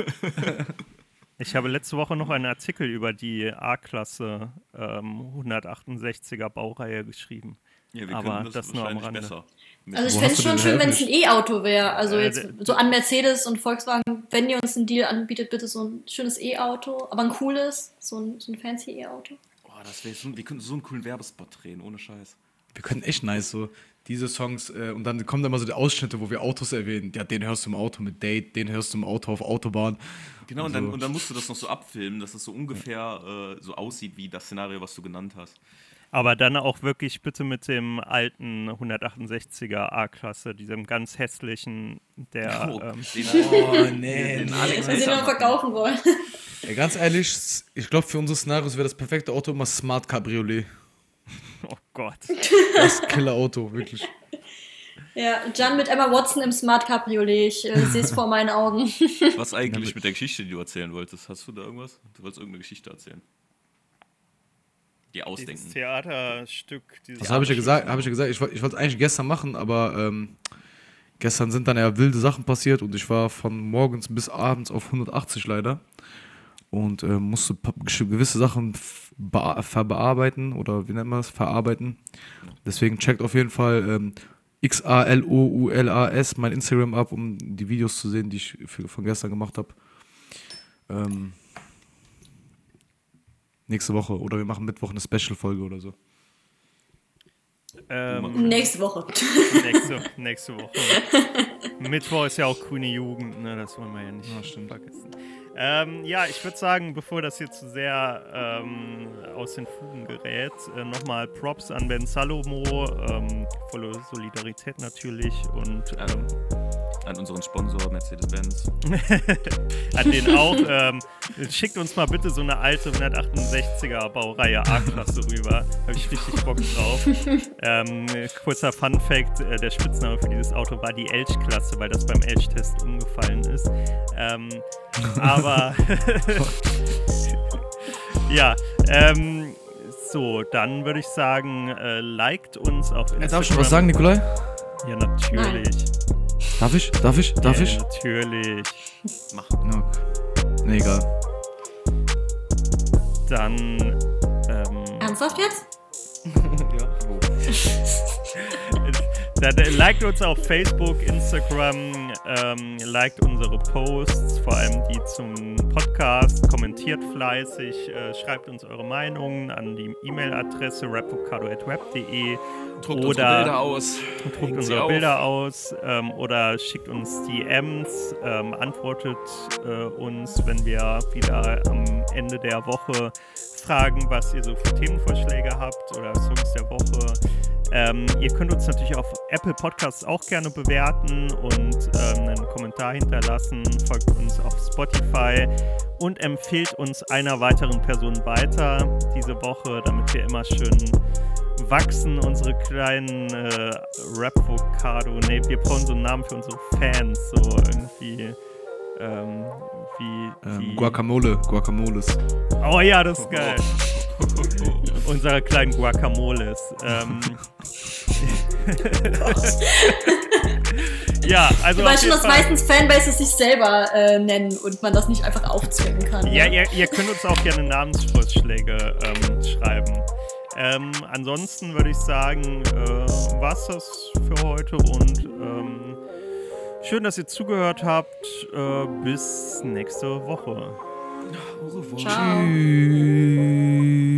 ich habe letzte Woche noch einen Artikel über die A-Klasse ähm, hundertachtundsechziger Baureihe geschrieben. Ja, wir Aber können das, das nur am wahrscheinlich Rande. besser. Mit- Also ich Wo fände hast es du schon den schön, wenn es ein veröffentlicht? E-Auto wäre. Also Äh, jetzt d- so an Mercedes und Volkswagen, wenn ihr uns einen Deal anbietet, bitte so ein schönes E-Auto, aber ein cooles, so ein, so ein fancy E-Auto. Boah, das wäre so, wir könnten so einen coolen Werbespot drehen, ohne Scheiß. Wir können echt nice so diese Songs äh, und dann kommen da immer so die Ausschnitte, wo wir Autos erwähnen. Ja, den hörst du im Auto mit Date, den hörst du im Auto auf Autobahn. Genau, und dann, So. und dann musst du das noch so abfilmen, dass es so ungefähr äh, so aussieht wie das Szenario, was du genannt hast. Aber dann auch wirklich bitte mit dem alten hundertachtundsechziger A-Klasse, diesem ganz hässlichen, der Oh, ähm, den, Oh, nee, den nee. Alex Wenn sie Messer noch machen. verkaufen wollen. Ey, ganz ehrlich, ich glaube, für unsere Szenarios wäre das perfekte Auto immer Smart Cabriolet. oh Gott. Das Killer-Auto, wirklich. Ja, Jan mit Emma Watson im Smart Cabriolet. Ich äh, sehe es vor meinen Augen. Was eigentlich mit der Geschichte, die du erzählen wolltest? Hast du da irgendwas? Du wolltest irgendeine Geschichte erzählen. Die ausdenken. Dieses Theaterstück. Dieses Das habe ich ja gesagt, habe ich ja gesagt, ich, wollt- ich wollte es eigentlich gestern machen, aber ähm, gestern sind dann ja wilde Sachen passiert und ich war von morgens bis abends auf hundertachtzig leider und äh, musste pa- gesch- gewisse Sachen f- bea- verbearbeiten oder wie nennt man das, verarbeiten. Deswegen checkt auf jeden Fall ähm, X A L O U L A S mein Instagram ab, um die Videos zu sehen, die ich für, von gestern gemacht habe. Ähm, nächste Woche oder wir machen Mittwoch eine Special-Folge oder so. Ähm, Nächste Woche. nächste, nächste Woche. Mittwoch ist ja auch grüne Jugend, ne? Das wollen wir ja nicht vergessen. Ähm, ja, ich würde sagen, bevor das hier zu sehr ähm, aus den Fugen gerät, äh, nochmal Props an Ben Salomo, ähm, volle Solidarität natürlich und ähm, An unseren Sponsor Mercedes-Benz. an den auch. Ähm, schickt uns mal bitte so eine alte hundertachtundsechziger Baureihe A-Klasse rüber. Habe ich richtig Bock drauf. Ähm, kurzer Fun-Fact: äh, Der Spitzname für dieses Auto war die Elch-Klasse, weil das beim Elch-Test umgefallen ist. Ähm, aber ja, ähm, so, dann würde ich sagen, äh, liked uns auf Instagram. Darf ich schon was sagen, Nikolai? Ja, natürlich. Darf ich? Darf ich? Darf ja, ich? Natürlich. Mach. No. Nee, egal. Dann, ähm, Ernsthaft jetzt? Ja. dann äh, liked uns auf Facebook, Instagram, ähm, liked unsere Posts, vor allem die zum Podcast, kommentiert fleißig, äh, schreibt uns eure Meinungen an die E-Mail-Adresse rapvocado at web punkt de Druckt oder unsere Bilder aus. druckt Hängt sie unsere auf. Bilder aus ähm, oder schickt uns D Ms, ähm, antwortet äh, uns, wenn wir wieder am Ende der Woche fragen, was ihr so für Themenvorschläge habt oder Songs der Woche. Ähm, ihr könnt uns natürlich auf Apple Podcasts auch gerne bewerten und ähm, einen Kommentar hinterlassen. Folgt uns auf Spotify und empfehlt uns einer weiteren Person weiter diese Woche, damit wir immer schön wachsen, unsere kleinen äh, Rap-Vocado. Ne, wir brauchen so einen Namen für unsere Fans, so irgendwie ähm, wie die... Ähm, Guacamole, Guacamoles. Oh ja, das ist geil. Unsere kleinen Guacamoles. Ähm. Ja, also Du auf weißt schon, jeden dass Fall- meistens Fanbases sich selber äh, nennen und man das nicht einfach aufzwingen kann. Ja, ne? ihr, ihr könnt uns auch gerne Namensvorschläge ähm, schreiben. Ähm, ansonsten würde ich sagen, äh, war's das für heute und ähm, schön, dass ihr zugehört habt. Äh, bis nächste Woche. Ciao. Tschüss.